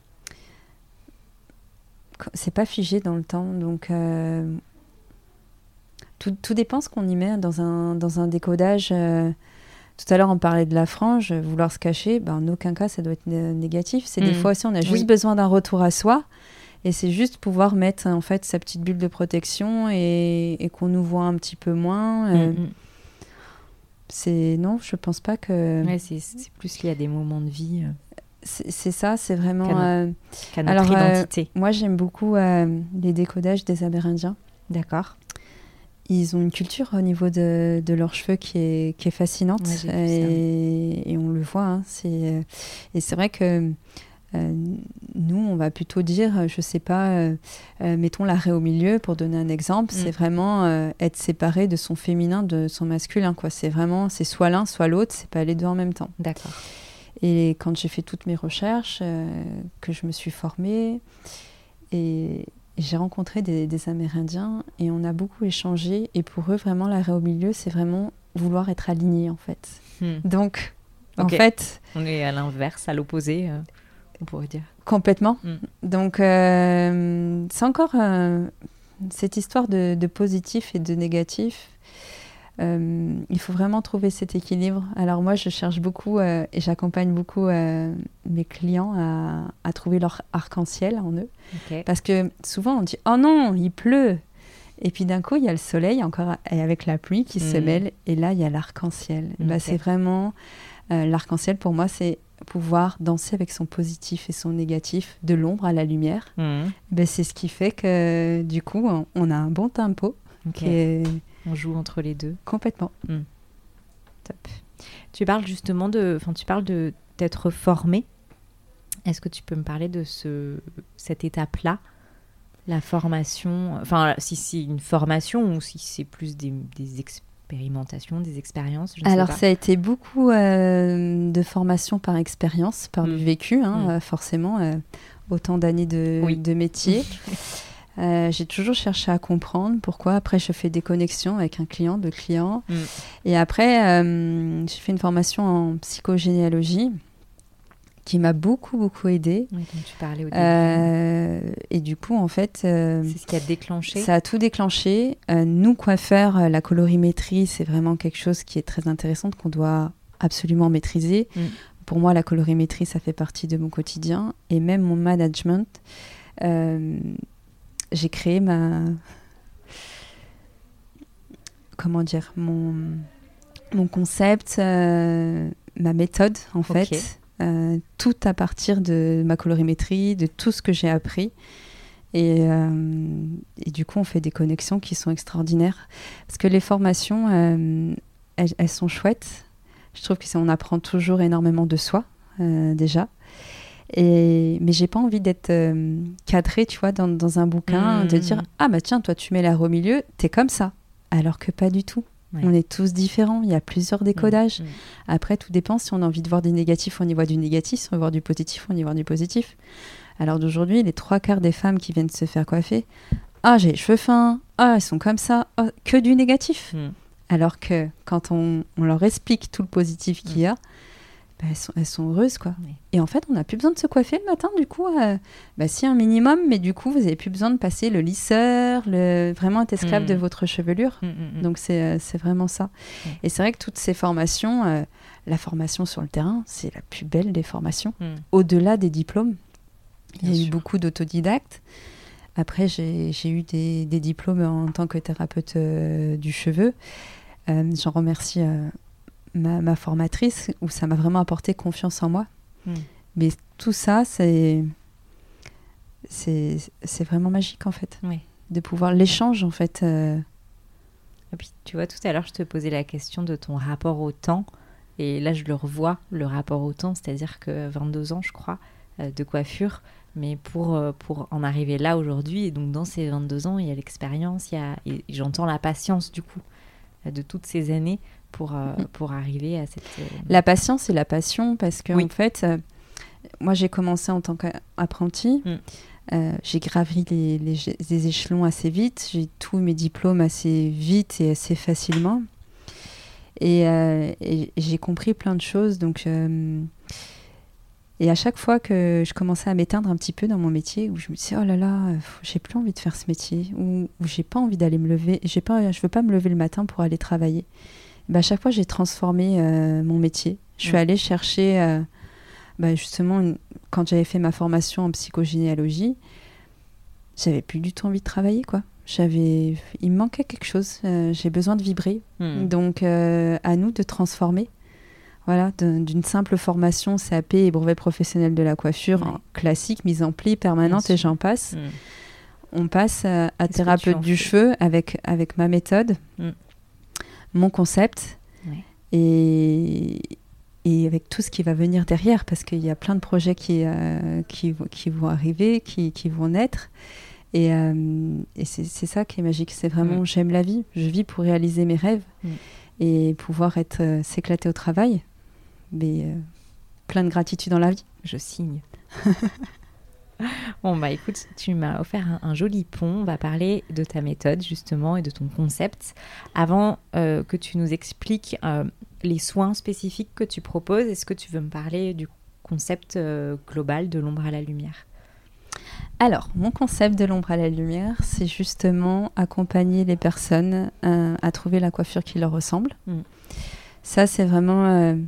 c'est pas figé dans le temps, donc euh, tout, tout dépend ce qu'on y met dans un, dans un décodage. Euh, tout à l'heure, on parlait de la frange, vouloir se cacher, ben, en aucun cas, ça doit être né- négatif. C'est mmh. des fois aussi, on a juste oui. besoin d'un retour à soi, et c'est juste pouvoir mettre en fait, sa petite bulle de protection et, et qu'on nous voit un petit peu moins. Euh, mmh. c'est, non, je pense pas que... Ouais, c'est, c'est plus qu'il y a des moments de vie... Euh... C'est, c'est ça, c'est vraiment... Qu'à, euh... Qu'à notre alors, identité. Euh, moi, j'aime beaucoup euh, les décodages des Amérindiens. D'accord. Ils ont une culture au niveau de, de leurs cheveux qui est, qui est fascinante. Ouais, et, et on le voit. Hein, c'est, et c'est vrai que euh, nous, on va plutôt dire, je ne sais pas, euh, euh, mettons l'arrêt au milieu, pour donner un exemple. Mm. C'est vraiment euh, être séparé de son féminin, de son masculin. Quoi. C'est vraiment, c'est soit l'un, soit l'autre. C'est pas les deux en même temps. D'accord. Et quand j'ai fait toutes mes recherches, euh, que je me suis formée, et, et j'ai rencontré des, des Amérindiens, et on a beaucoup échangé. Et pour eux, vraiment, l'arrêt au milieu, c'est vraiment vouloir être aligné, en fait. Hmm. Donc, okay. en fait... On est à l'inverse, à l'opposé, euh, on pourrait dire. Complètement. Hmm. Donc, euh, c'est encore euh, cette histoire de, de positif et de négatif. Euh, il faut vraiment trouver cet équilibre. Alors moi, je cherche beaucoup euh, et j'accompagne beaucoup euh, mes clients à, à trouver leur arc-en-ciel en eux. Okay. Parce que souvent, on dit « Oh non, il pleut !» Et puis d'un coup, il y a le soleil encore et avec la pluie qui mmh. se mêle. Et là, il y a l'arc-en-ciel. Okay. Bah, c'est vraiment... Euh, l'arc-en-ciel, pour moi, c'est pouvoir danser avec son positif et son négatif, de l'ombre à la lumière. Mmh. Bah, c'est ce qui fait que, du coup, on, on a un bon tempo okay. qui est... On joue entre les deux. Complètement. Mmh. Top. Tu parles justement de, enfin, tu parles de d'être formé. Est-ce que tu peux me parler de ce, cette étape-là, la formation, enfin, si c'est une formation ou si c'est plus des, des expérimentations, des expériences, je ne Alors, sais pas. Ça a été beaucoup euh, de formation par expérience, par mmh. du vécu, hein, mmh. euh, forcément, euh, autant d'années de, oui. de métier. Euh, j'ai toujours cherché à comprendre pourquoi. Après, je fais des connexions avec un client, deux clients. Mm. Et après, euh, j'ai fait une formation en psychogénéalogie qui m'a beaucoup, beaucoup aidée. Oui, comme tu parlais au début. Euh, et du coup, en fait... Euh, c'est ce qui a déclenché. Ça a tout déclenché. Euh, nous, coiffeurs, la colorimétrie, c'est vraiment quelque chose qui est très intéressant, qu'on doit absolument maîtriser. Mm. Pour moi, la colorimétrie, ça fait partie de mon quotidien. Et même mon management... Euh, j'ai créé ma... Comment dire Mon, mon concept, euh, ma méthode, en fait. Okay. Euh, tout à partir de ma colorimétrie, de tout ce que j'ai appris. Et, euh, et du coup, on fait des connexions qui sont extraordinaires. Parce que les formations, euh, elles, elles sont chouettes. Je trouve qu'on apprend toujours énormément de soi. euh, déjà. Et, mais j'ai pas envie d'être euh, cadrée, tu vois, dans, dans un bouquin, mmh. de dire « Ah bah tiens, toi tu mets l'air au milieu, t'es comme ça ». Alors que pas du tout. Ouais. On est tous différents, il y a plusieurs décodages. Mmh. Mmh. Après, tout dépend, si on a envie de voir du négatif, on y voit du négatif, si on veut voir du positif, on y voit du positif. Alors d'aujourd'hui, les trois quarts des femmes qui viennent se faire coiffer, « Ah, j'ai les cheveux fins, ah, elles sont comme ça, oh, que du négatif mmh. ». Alors que quand on, on leur explique tout le positif qu'il y a, bah, elles, sont, elles sont heureuses, quoi. Oui. Et en fait, on n'a plus besoin de se coiffer le matin, du coup. Euh, bah, si, un minimum, mais du coup, vous n'avez plus besoin de passer le lisseur, le... vraiment être esclave mmh. de votre chevelure. Mmh, mmh. Donc, c'est, euh, c'est vraiment ça. Mmh. Et c'est vrai que toutes ces formations, euh, la formation sur le terrain, c'est la plus belle des formations. Mmh. Au-delà des diplômes, il y a sûr. eu beaucoup d'autodidactes. Après, j'ai, j'ai eu des, des diplômes en tant que thérapeute euh, du cheveu. Euh, j'en remercie... Euh, Ma, ma formatrice, où ça m'a vraiment apporté confiance en moi. Mm. Mais tout ça, c'est, c'est, c'est vraiment magique, en fait. Oui. De pouvoir l'échange, en fait. Euh... Et puis, tu vois, tout à l'heure, je te posais la question de ton rapport au temps. Et là, je le revois, le rapport au temps. C'est-à-dire que vingt-deux ans, je crois, euh, de coiffure. Mais pour, euh, pour en arriver là, aujourd'hui, et donc dans ces vingt-deux ans, il y a l'expérience, il y a, et j'entends la patience, du coup, de toutes ces années pour, euh, pour arriver à cette... Euh... La patience et la passion, parce que oui. en fait, euh, moi j'ai commencé en tant qu'apprenti, mm. euh, j'ai gravi les, les, les échelons assez vite, j'ai tous mes diplômes assez vite et assez facilement, et, euh, et j'ai compris plein de choses, donc... Euh, et à chaque fois que je commençais à m'éteindre un petit peu dans mon métier, où je me disais, oh là là, j'ai plus envie de faire ce métier, ou, ou j'ai pas envie d'aller me lever, j'ai pas, je veux pas me lever le matin pour aller travailler. Bah, à chaque fois, j'ai transformé euh, mon métier. Je suis ouais. allée chercher, euh, bah, justement, une... quand j'avais fait ma formation en psychogénéalogie, j'avais plus du tout envie de travailler, quoi. J'avais... Il me manquait quelque chose. Euh, j'ai besoin de vibrer. Mmh. Donc, euh, à nous de transformer. Voilà, de, d'une simple formation C A P et brevet professionnel de la coiffure ouais. en classique, mise en pli, permanente et j'en passe. Mmh. On passe à, à thérapeute du cheveu avec, avec ma méthode. Mmh. Mon concept ouais. et, et avec tout ce qui va venir derrière, parce qu'il y a plein de projets qui, euh, qui, qui vont arriver, qui, qui vont naître. Et, euh, et c'est, c'est ça qui est magique. C'est vraiment, mmh. j'aime la vie. Je vis pour réaliser mes rêves mmh. et pouvoir être, euh, s'éclater au travail. Mais euh, plein de gratitude dans la vie. Je signe. Bon, bah écoute, tu m'as offert un, un joli pont. On va parler de ta méthode, justement, et de ton concept. Avant euh, que tu nous expliques euh, les soins spécifiques que tu proposes, est-ce que tu veux me parler du concept euh, global de l'ombre à la lumière ? Alors, mon concept de l'ombre à la lumière, c'est justement accompagner les personnes euh, à trouver la coiffure qui leur ressemble. Mm. Ça, c'est vraiment... Euh,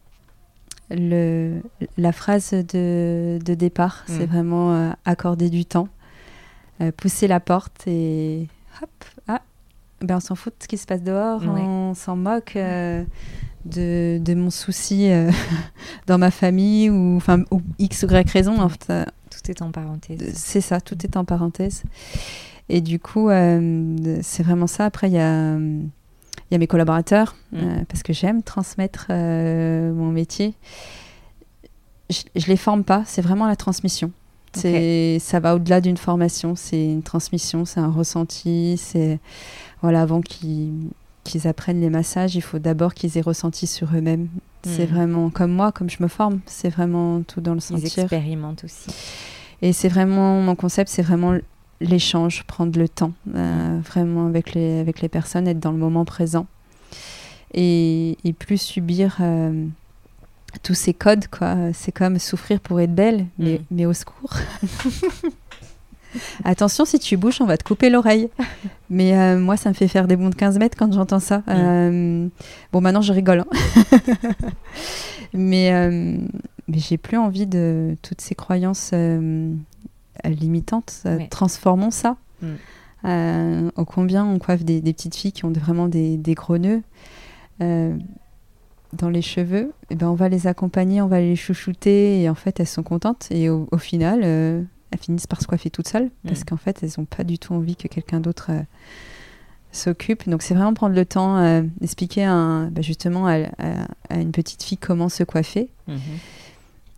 Le, la phrase de, de départ, mmh. c'est vraiment euh, accorder du temps, euh, pousser la porte et hop, ah, ben on s'en fout de ce qui se passe dehors, ouais. on s'en moque euh, de, de mon souci euh, dans ma famille ou, ou X ou Y raison. En fait, euh, tout est en parenthèse. C'est ça, tout est en parenthèse. Et du coup, euh, c'est vraiment ça. Après, il y a... Il y a mes collaborateurs, mmh. euh, parce que j'aime transmettre euh, mon métier. Je ne les forme pas, c'est vraiment la transmission. C'est, okay. Ça va au-delà d'une formation, c'est une transmission, c'est un ressenti. C'est, voilà, avant qu'ils, qu'ils apprennent les massages, il faut d'abord qu'ils aient ressenti sur eux-mêmes. Mmh. C'est vraiment comme moi, comme je me forme, c'est vraiment tout dans le sentir. Ils expérimentent aussi. Et c'est vraiment, mon concept, c'est vraiment... l'échange, prendre le temps, euh, vraiment avec les, avec les personnes, être dans le moment présent et, et plus subir euh, tous ces codes, quoi. C'est comme souffrir pour être belle, mais, mmh. mais au secours. Attention, si tu bouges, on va te couper l'oreille. Mais euh, moi, ça me fait faire des bonds de quinze mètres quand j'entends ça. Mmh. Euh, bon, maintenant, je rigole. Hein. mais, euh, mais j'ai plus envie de toutes ces croyances... Euh, limitantes, euh, ouais. transformons ça. Mm. Euh, ô combien on coiffe des, des petites filles qui ont de, vraiment des, des gros nœuds euh, dans les cheveux, et ben on va les accompagner, on va les chouchouter et en fait elles sont contentes et au, au final euh, elles finissent par se coiffer toutes seules mm. parce qu'en fait elles n'ont pas du tout envie que quelqu'un d'autre euh, s'occupe. Donc c'est vraiment prendre le temps euh, d'expliquer un, bah justement à, à, à une petite fille comment se coiffer. Mm-hmm.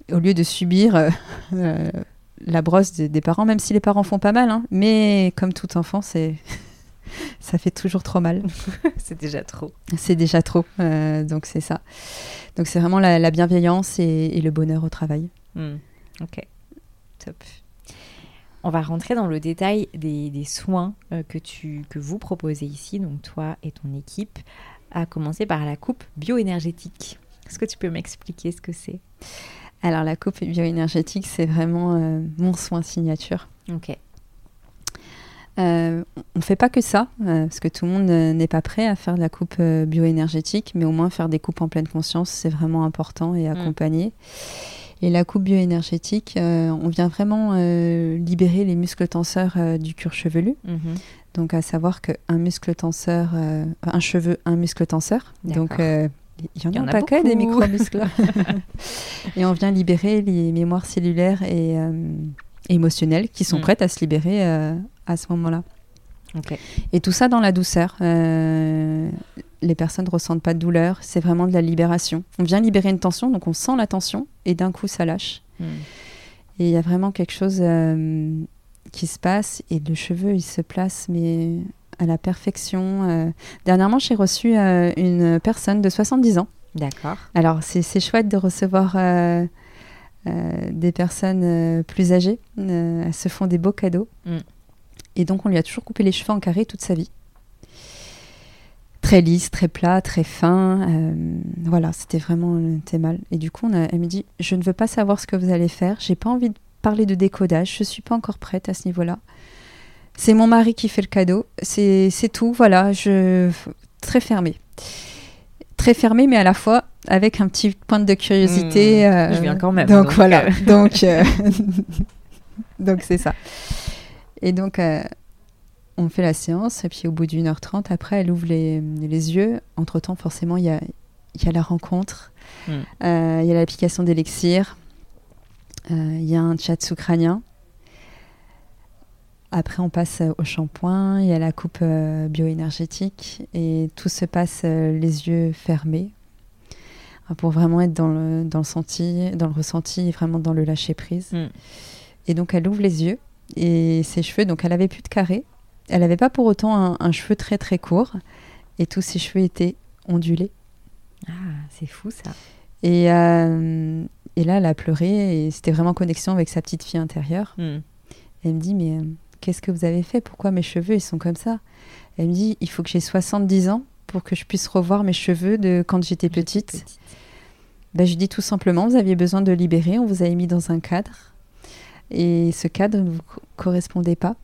au lieu de subir euh, euh, la brosse des, des parents, même si les parents font pas mal, hein, mais comme tout enfant, c'est ça fait toujours trop mal. C'est déjà trop. C'est déjà trop, euh, donc c'est ça. Donc c'est vraiment la, la bienveillance et, et le bonheur au travail. Mmh. Ok, top. On va rentrer dans le détail des, des soins euh, que, tu, que vous proposez ici, donc toi et ton équipe, à commencer par la coupe bioénergétique. Est-ce que tu peux m'expliquer ce que c'est ? Alors la coupe bioénergétique, c'est vraiment euh, mon soin signature. Ok. Euh, on ne fait pas que ça, euh, parce que tout le monde euh, n'est pas prêt à faire de la coupe euh, bioénergétique, mais au moins faire des coupes en pleine conscience, c'est vraiment important et accompagné. Mmh. Et la coupe bioénergétique, euh, on vient vraiment euh, libérer les muscles tenseurs euh, du cuir chevelu. Mmh. Donc à savoir qu'un muscle tenseur, euh, un cheveu, un muscle tenseur. D'accord. Donc euh, il y en a, y en un a paquet beaucoup. Des micro-muscles. Et on vient libérer les mémoires cellulaires et euh, émotionnelles qui sont mmh. prêtes à se libérer euh, à ce moment-là. Okay. Et tout ça dans la douceur. Euh, les personnes ne ressentent pas de douleur, c'est vraiment de la libération. On vient libérer une tension, donc on sent la tension et d'un coup ça lâche. Mmh. Et il y a vraiment quelque chose euh, qui se passe et le cheveu il se place mais à la perfection. Euh, dernièrement j'ai reçu euh, une personne de soixante-dix ans. D'accord. Alors c'est, c'est chouette de recevoir euh, euh, des personnes euh, plus âgées. Euh, elles se font des beaux cadeaux. Mmh. Et donc, on lui a toujours coupé les cheveux en carré toute sa vie. Très lisse, très plat, très fin. Euh, voilà, c'était vraiment le mal. Et du coup, on a, elle me dit, je ne veux pas savoir ce que vous allez faire. J'ai pas envie de parler de décodage. Je suis pas encore prête à ce niveau-là. C'est mon mari qui fait le cadeau. C'est, c'est tout. Voilà, je... très fermée. Très fermée, mais à la fois avec un petit point de curiosité. Mmh, euh, je viens quand même. Donc, donc voilà. Euh... donc, euh... donc, c'est ça. Et donc, euh, on fait la séance, et puis au bout d'une heure trente, après, elle ouvre les, les yeux. Entre-temps, forcément, il y a, y a la rencontre, il mm. euh, y a l'application d'élixir, il euh, y a un shiatsu crânien. Après, on passe au shampoing, il y a la coupe euh, bioénergétique, et tout se passe euh, les yeux fermés, pour vraiment être dans le, dans le, senti, dans le ressenti, et vraiment dans le lâcher-prise. Mm. Et donc, elle ouvre les yeux. Et ses cheveux, donc elle avait plus de carré. Elle n'avait pas pour autant un, un cheveu très très court. Et tous ses cheveux étaient ondulés. Ah, c'est fou ça. Et, euh, et là, elle a pleuré. Et c'était vraiment connexion avec sa petite fille intérieure. Mm. Elle me dit, mais euh, qu'est-ce que vous avez fait ? Pourquoi mes cheveux, ils sont comme ça ? Elle me dit, il faut que j'ai soixante-dix ans pour que je puisse revoir mes cheveux de quand j'étais petite. J'étais petite. Ben, je lui dis tout simplement, vous aviez besoin de libérer. On vous avait mis dans un cadre. Et ce cadre ne vous co- correspondait pas.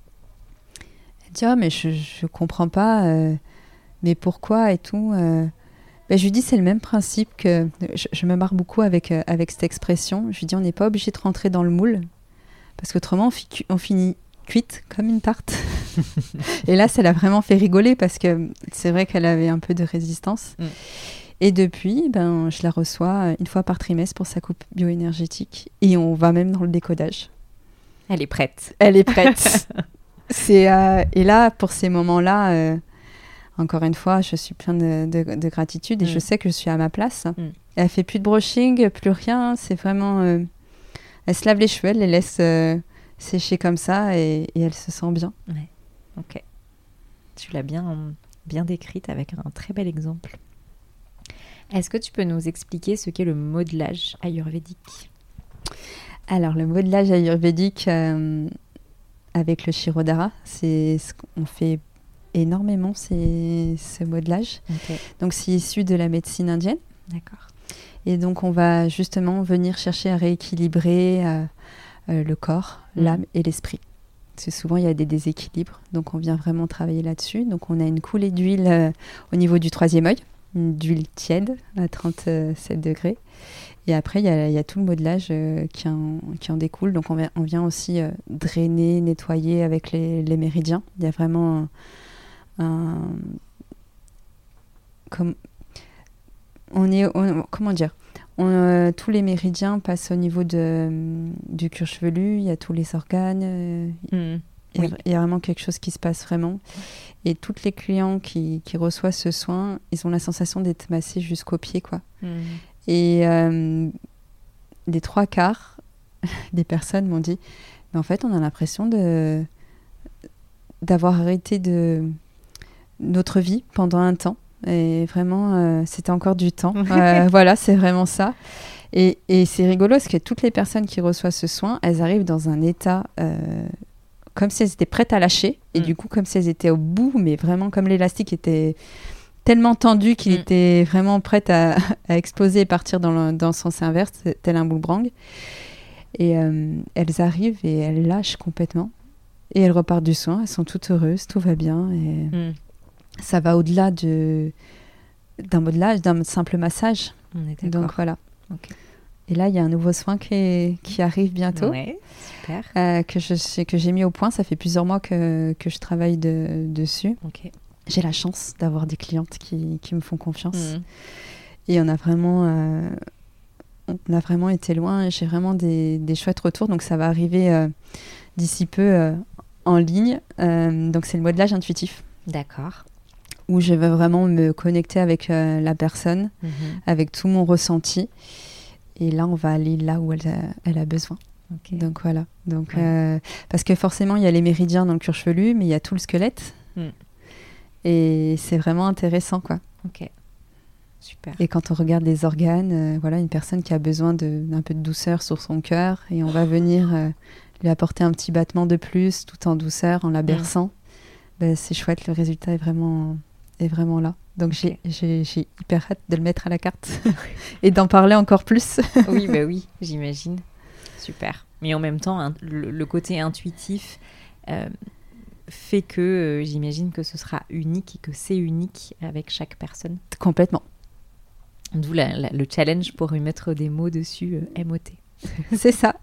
Elle dit, ah, mais je ne comprends pas, euh, mais pourquoi et tout. Euh. Ben, je lui dis, c'est le même principe que... Je, je me marre beaucoup avec, euh, avec cette expression. Je lui dis, on n'est pas obligé de rentrer dans le moule, parce qu'autrement, on, fi- on finit cuite comme une tarte. Et là, ça l'a vraiment fait rigoler, parce que c'est vrai qu'elle avait un peu de résistance. Mm. Et depuis, ben, je la reçois une fois par trimestre pour sa coupe bioénergétique. Et on va même dans le décodage. Elle est prête. Elle est prête. c'est, euh, et là, pour ces moments-là, euh, encore une fois, je suis pleine de, de, de gratitude et mm. je sais que je suis à ma place. Mm. Elle ne fait plus de brushing, plus rien. C'est vraiment... Euh, elle se lave les cheveux, elle les laisse euh, sécher comme ça et, et elle se sent bien. Ouais. Ok. Tu l'as bien, bien décrite avec un très bel exemple. Est-ce que tu peux nous expliquer ce qu'est le modelage ayurvédique ? Alors, le modelage ayurvédique euh, avec le Shirodhara, c'est ce qu'on fait énormément, c'est ce modelage. Okay. Donc, c'est issu de la médecine indienne. D'accord. Et donc, on va justement venir chercher à rééquilibrer euh, euh, le corps, mmh. l'âme et l'esprit. Parce que souvent, il y a des déséquilibres. Donc, on vient vraiment travailler là-dessus. Donc, on a une coulée d'huile euh, au niveau du troisième œil. D'huile tiède à trente-sept degrés. Et après, il y a, y a tout le modelage euh, qui, en, qui en découle. Donc, on vient, on vient aussi euh, drainer, nettoyer avec les, les méridiens. Il y a vraiment un... un comme, on est, on, comment dire on, euh, tous les méridiens passent au niveau de, du cuir chevelu. Il y a tous les organes. Euh, mmh. Il y, a, oui. il y a vraiment quelque chose qui se passe vraiment. Et toutes les clients qui, qui reçoivent ce soin, ils ont la sensation d'être massés jusqu'aux pieds, quoi. Mmh. Et, euh, les trois quarts des personnes m'ont dit, mais en fait, on a l'impression de, d'avoir arrêté de notre vie pendant un temps. Et vraiment, euh, c'était encore du temps. Euh, voilà, c'est vraiment ça. Et, et c'est rigolo parce que toutes les personnes qui reçoivent ce soin, elles arrivent dans un état euh, comme si elles étaient prêtes à lâcher. Et mm. du coup, comme si elles étaient au bout, mais vraiment comme l'élastique était tellement tendu qu'il mm. était vraiment prêt à, à exploser et partir dans le, dans le sens inverse, tel un boomerang. Et euh, elles arrivent et elles lâchent complètement. Et elles repartent du soin. Elles sont toutes heureuses, tout va bien. Et mm. ça va au-delà de, d'un modelage, d'un simple massage. On est d'accord. Donc voilà. Okay. Et là, il y a un nouveau soin qui, est, qui arrive bientôt. Ouais, super. Euh, que, je, que j'ai mis au point. Ça fait plusieurs mois que, que je travaille de, dessus. Okay. J'ai la chance d'avoir des clientes qui, qui me font confiance. Mmh. Et on a vraiment, euh, on a vraiment été loin. Et j'ai vraiment des, des chouettes retours. Donc, ça va arriver euh, d'ici peu euh, en ligne. Euh, donc, c'est le modelage intuitif. D'accord. Où je vais vraiment me connecter avec euh, la personne, mmh. avec tout mon ressenti. Et là, on va aller là où elle a, elle a besoin. Okay. Donc, voilà. Donc, ouais. euh, parce que forcément, il y a les méridiens dans le cuir chevelu, mais il y a tout le squelette. Mmh. Et c'est vraiment intéressant, quoi. Ok, super. Et quand on regarde les organes, euh, voilà, une personne qui a besoin de, d'un peu de douceur sur son cœur, et on va venir euh, lui apporter un petit battement de plus, tout en douceur, en la berçant. Mmh. Ben, c'est chouette, le résultat est vraiment, est vraiment là. Donc okay. j'ai, j'ai, j'ai hyper hâte de le mettre à la carte et d'en parler encore plus. Oui, bah oui, j'imagine. Super. Mais en même temps, hein, le, le côté intuitif... Euh, fait que euh, j'imagine que ce sera unique et que c'est unique avec chaque personne. Complètement. D'où la, la, le challenge pour y mettre des mots dessus, euh, M O T. C'est ça.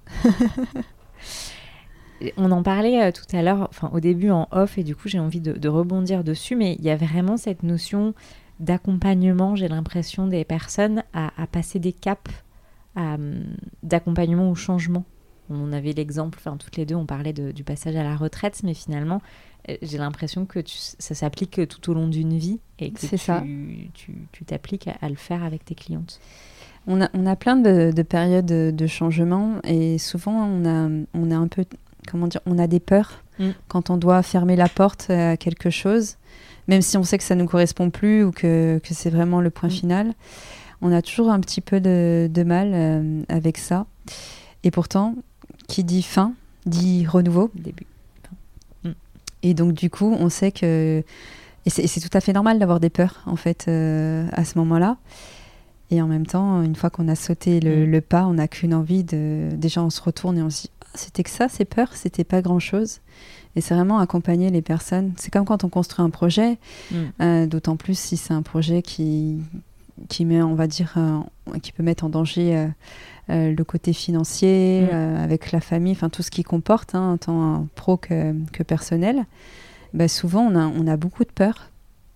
On en parlait euh, tout à l'heure, enfin au début en off, et du coup j'ai envie de, de rebondir dessus, mais il y a vraiment cette notion d'accompagnement, j'ai l'impression, des personnes à, à passer des caps, à, d'accompagnement au changement. On avait l'exemple, enfin toutes les deux, on parlait de, du passage à la retraite, mais finalement, euh, j'ai l'impression que tu, ça s'applique tout au long d'une vie et que c'est tu, ça. Tu, tu t'appliques à, à le faire avec tes clientes. On a, on a plein de, de périodes de, de changement et souvent on a, on a un peu, comment dire, on a des peurs mm. quand on doit fermer la porte à quelque chose, même si on sait que ça ne nous correspond plus ou que, que c'est vraiment le point mm. final. On a toujours un petit peu de, de mal euh, avec ça. Et pourtant, qui dit fin, dit renouveau. Début. Enfin. Mm. Et donc, du coup, on sait que... Et c'est, et c'est tout à fait normal d'avoir des peurs, en fait, euh, à ce moment-là. Et en même temps, une fois qu'on a sauté le, mm. le pas, on n'a qu'une envie de... Déjà, on se retourne et on se dit ah, « C'était que ça, ces peurs, c'était pas grand-chose ». Et c'est vraiment accompagner les personnes. C'est comme quand on construit un projet, mm. euh, d'autant plus si c'est un projet qui, qui met, on va dire, euh, qui peut mettre en danger... Euh, Euh, le côté financier, mmh. euh, avec la famille, enfin tout ce qui comporte, hein, tant pro que, que personnel, bah, souvent on a, on a beaucoup de peur,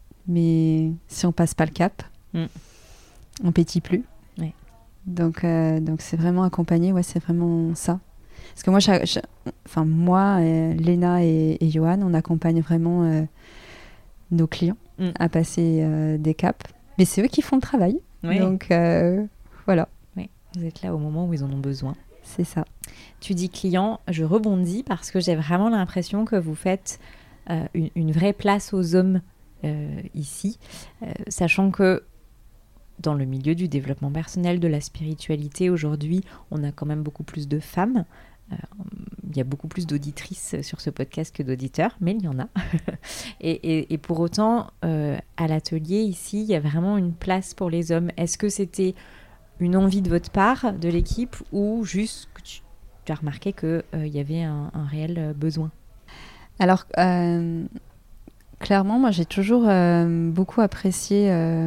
mais si on passe pas le cap, mmh. on pétille plus. Oui. Donc, euh, donc c'est vraiment accompagné, ouais, c'est vraiment ça. Parce que moi, j'ai, j'ai, enfin, moi euh, Léna et, et Johan, on accompagne vraiment euh, nos clients mmh. à passer euh, des caps, mais c'est eux qui font le travail. Oui. Donc euh, voilà. Vous êtes là au moment où ils en ont besoin. C'est ça. Tu dis client, je rebondis parce que j'ai vraiment l'impression que vous faites euh, une, une vraie place aux hommes euh, ici, euh, sachant que dans le milieu du développement personnel, de la spiritualité, aujourd'hui, on a quand même beaucoup plus de femmes. Euh, il y a beaucoup plus d'auditrices sur ce podcast que d'auditeurs, mais il y en a. et, et, et pour autant, euh, à l'atelier, ici, il y a vraiment une place pour les hommes. Est-ce que c'était... une envie de votre part, de l'équipe, ou juste que tu, tu as remarqué qu'il euh, y avait un, un réel besoin? Alors, euh, clairement, moi, j'ai toujours euh, beaucoup apprécié euh,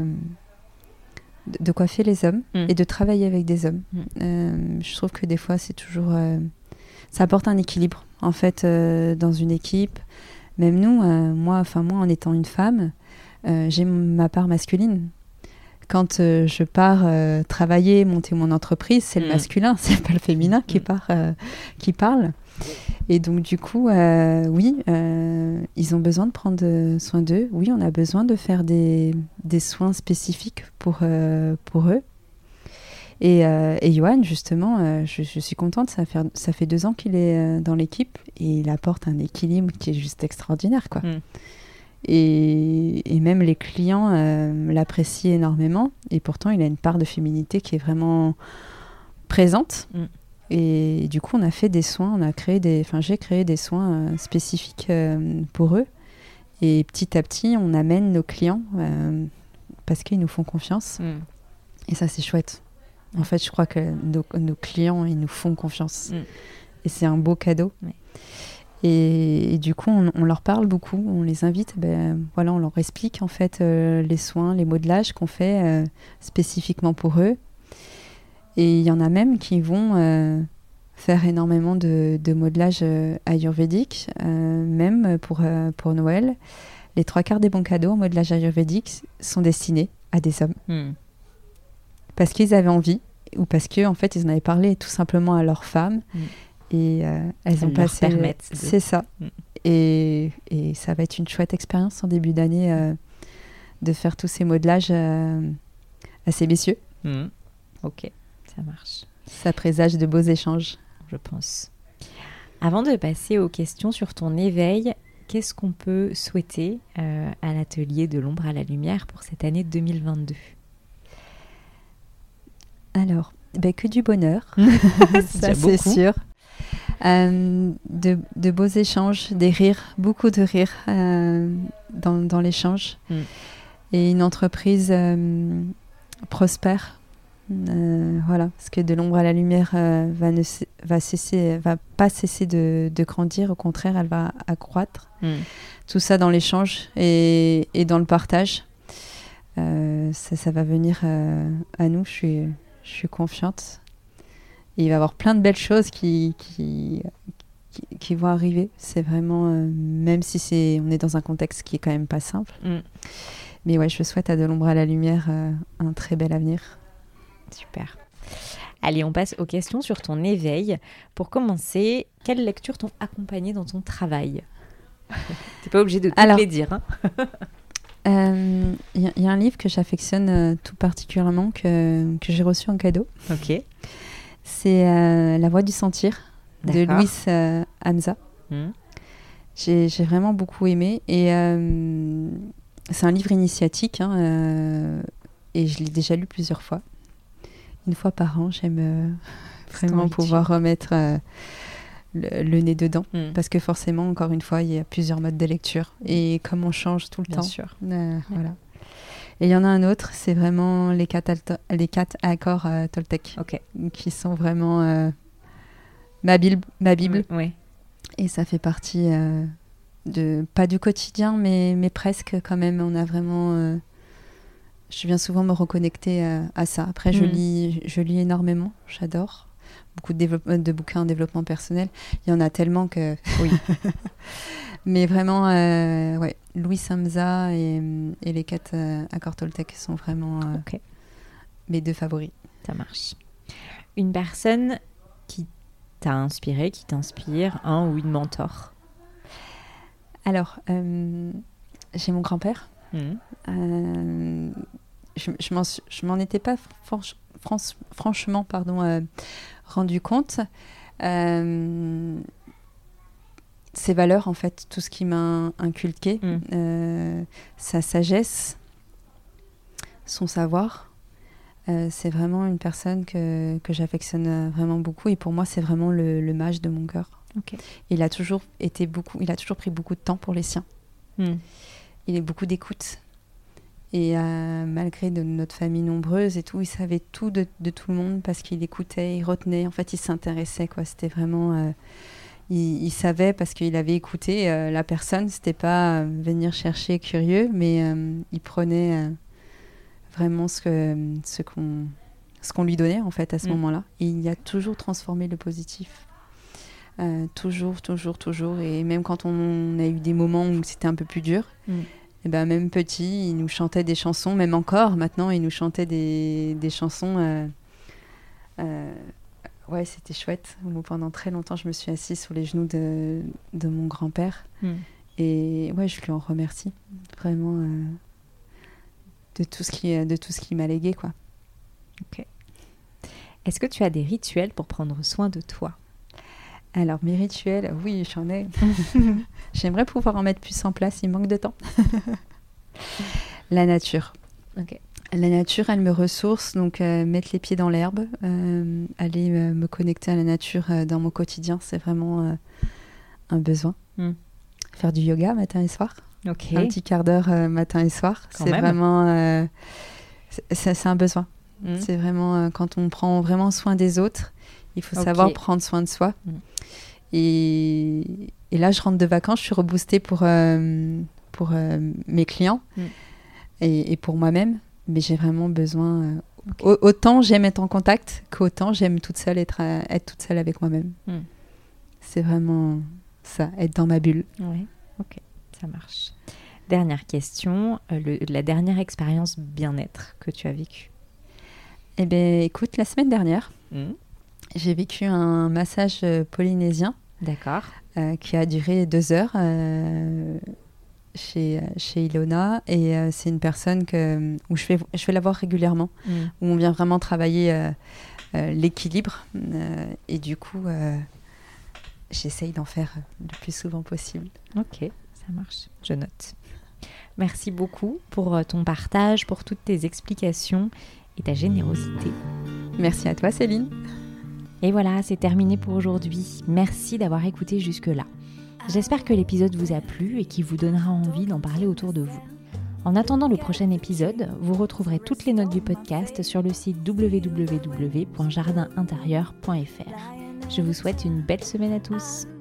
de, de coiffer les hommes mmh. et de travailler avec des hommes. Mmh. Euh, je trouve que des fois, c'est toujours... Euh, ça apporte un équilibre, en fait, euh, dans une équipe. Même nous, euh, moi, enfin, moi, en étant une femme, euh, j'ai ma part masculine. Quand euh, je pars euh, travailler, monter mon entreprise, c'est mmh. le masculin, c'est pas le féminin mmh. qui, part, euh, qui parle. Et donc, du coup, euh, oui, euh, ils ont besoin de prendre soin d'eux. Oui, on a besoin de faire des, des soins spécifiques pour, euh, pour eux. Et, euh, et Johan, justement, euh, je, je suis contente, ça fait, ça fait deux ans qu'il est euh, dans l'équipe et il apporte un équilibre qui est juste extraordinaire, quoi. Mm. Et, et même les clients euh, l'apprécient énormément et pourtant il a une part de féminité qui est vraiment présente. Mm. Et du coup, on a fait des soins, on a créé des, enfin, j'ai créé des soins euh, spécifiques euh, pour eux. Et petit à petit, on amène nos clients euh, parce qu'ils nous font confiance. Mm. Et ça, c'est chouette. En fait, je crois que nos, nos clients, ils nous font confiance. Mm. Et c'est un beau cadeau. Oui. Et, et du coup, on, on leur parle beaucoup. On les invite. Ben, voilà, on leur explique en fait euh, les soins, les modelages qu'on fait euh, spécifiquement pour eux. Et il y en a même qui vont euh, faire énormément de, de modelage euh, ayurvédique, euh, même pour, euh, pour Noël. Les trois quarts des bons cadeaux en modelage ayurvédique sont destinés à des hommes. Mm. Parce qu'ils avaient envie, ou parce qu'en en fait, ils en avaient parlé tout simplement à leurs femmes. Mm. Et euh, elles, elles ont passé... Leur permettent. De... C'est ça. Mm. Et, et ça va être une chouette expérience en début d'année euh, de faire tous ces modelages euh, à ces messieurs. Mm. Ok. Ça marche. Ça présage de beaux échanges, je pense. Avant de passer aux questions sur ton éveil, qu'est-ce qu'on peut souhaiter euh, à l'atelier de l'ombre à la lumière pour cette année deux mille vingt-deux ? Alors, ben, que du bonheur, ça c'est sûr. Euh, de, de beaux échanges, des rires, beaucoup de rires euh, dans, dans l'échange. Mm. Et une entreprise euh, prospère. Euh, voilà, parce que de l'ombre à la lumière euh, va, ne, va, cesser, va pas cesser de, de grandir, au contraire, elle va accroître. Mm. Tout ça dans l'échange et, et dans le partage. Euh, ça, ça va venir euh, à nous, je suis, je suis confiante. Et il va y avoir plein de belles choses qui, qui, qui, qui vont arriver. C'est vraiment, euh, même si c'est, on est dans un contexte qui est quand même pas simple. Mm. Mais ouais, je souhaite à de l'ombre à la lumière euh, un très bel avenir. Super. Allez, on passe aux questions sur ton éveil. Pour commencer, quelles lectures t'ont accompagné dans ton travail ? T'es pas obligé de toutes les dire. Il hein. euh, y, y a un livre que j'affectionne euh, tout particulièrement, que, que j'ai reçu en cadeau. Ok. C'est euh, La Voix du Sentir de Louis euh, Hamza. Mmh. J'ai, j'ai vraiment beaucoup aimé. Et euh, c'est un livre initiatique hein, euh, et je l'ai déjà lu plusieurs fois. Une fois par an, j'aime euh, vraiment pouvoir remettre euh, le, le nez dedans. Mm. Parce que forcément, encore une fois, il y a plusieurs modes de lecture. Et comme on change tout le Bien temps. Sûr. Euh, ouais. Voilà. Et il y en a un autre, c'est vraiment les quatre, alto- les quatre accords euh, Toltec. Okay. Qui sont vraiment euh, ma, bil- ma Bible. Mm, oui. Et ça fait partie, euh, de, pas du quotidien, mais, mais presque quand même. On a vraiment... Euh, je viens souvent me reconnecter euh, à ça. Après, je, mmh. lis, je lis énormément, j'adore. Beaucoup de, développe- de bouquins en développement personnel. Il y en a tellement que... Oui. Mais vraiment, euh, ouais, Louis Hamza et, et les quatre euh, accords Toltec sont vraiment euh, okay. mes deux favoris. Ça marche. Une personne qui t'a inspiré, qui t'inspire, un ou une mentor ? Alors, euh, j'ai mon grand-père. Mmh. Euh, je, je, m'en, je m'en étais pas franch, franch, franchement pardon, euh, rendu compte. Euh, ses valeurs, en fait, tout ce qui m'a inculqué, mmh. euh, sa sagesse, son savoir, euh, c'est vraiment une personne que, que j'affectionne vraiment beaucoup. Et pour moi, c'est vraiment le, le mage de mon cœur. Okay. Il a toujours été beaucoup, il a toujours pris beaucoup de temps pour les siens. Mmh. Il a beaucoup d'écoute. Et euh, malgré de notre famille nombreuse et tout, il savait tout de, de tout le monde parce qu'il écoutait, il retenait. En fait, il s'intéressait, quoi. C'était vraiment... Euh, il, il savait parce qu'il avait écouté euh, la personne. C'était pas euh, venir chercher curieux, mais euh, il prenait euh, vraiment ce, que, ce, qu'on, ce qu'on lui donnait, en fait, à ce mmh. moment-là. Et il a toujours transformé le positif. Euh, toujours, toujours, toujours. Et même quand on a eu des moments où c'était un peu plus dur... Mmh. Et ben, même petit, il nous chantait des chansons, même encore maintenant, il nous chantait des, des chansons. Euh, euh, ouais, c'était chouette. Pendant très longtemps, je me suis assise sur les genoux de, de mon grand-père. Mm. Et ouais, je lui en remercie vraiment euh, de tout ce qui, de tout ce qu'il m'a légué, quoi. Ok. Est-ce que tu as des rituels pour prendre soin de toi ? Alors, mes rituels, oui, j'en ai. J'aimerais pouvoir en mettre plus en place, il manque de temps. La nature. Ok. La nature, elle me ressource, donc euh, mettre les pieds dans l'herbe, euh, aller euh, me connecter à la nature euh, dans mon quotidien, c'est vraiment euh, un besoin. Mm. Faire du yoga matin et soir. Ok. Un petit quart d'heure euh, matin et soir. Quand c'est même. vraiment... Euh, c'est, c'est un besoin. Mm. C'est vraiment... Euh, quand on prend vraiment soin des autres, il faut okay. savoir prendre soin de soi. Mm. Et, et là, je rentre de vacances, je suis reboostée pour, euh, pour euh, mes clients mm. et, et pour moi-même. Mais j'ai vraiment besoin... Euh, okay. Autant j'aime être en contact qu'autant j'aime toute seule être, à, être toute seule avec moi-même. Mm. C'est vraiment ça, être dans ma bulle. Oui, ok, ça marche. Dernière question, euh, le, la dernière expérience bien-être que tu as vécue ? Eh bien, écoute, la semaine dernière, mm. j'ai vécu un massage polynésien. D'accord. Euh, qui a duré deux heures. Euh, Chez, chez Ilona, et euh, c'est une personne que, où je vais, je vais la voir régulièrement, mm. où on vient vraiment travailler euh, euh, l'équilibre, euh, et du coup euh, j'essaye d'en faire le plus souvent possible. Ok, ça marche, je note. Merci beaucoup pour ton partage, pour toutes tes explications et ta générosité. Merci à toi Céline. Et voilà, c'est terminé pour aujourd'hui. Merci d'avoir écouté jusque-là. J'espère que l'épisode vous a plu et qu'il vous donnera envie d'en parler autour de vous. En attendant le prochain épisode, vous retrouverez toutes les notes du podcast sur le site w w w point jardin intérieur point f r. Je vous souhaite une belle semaine à tous.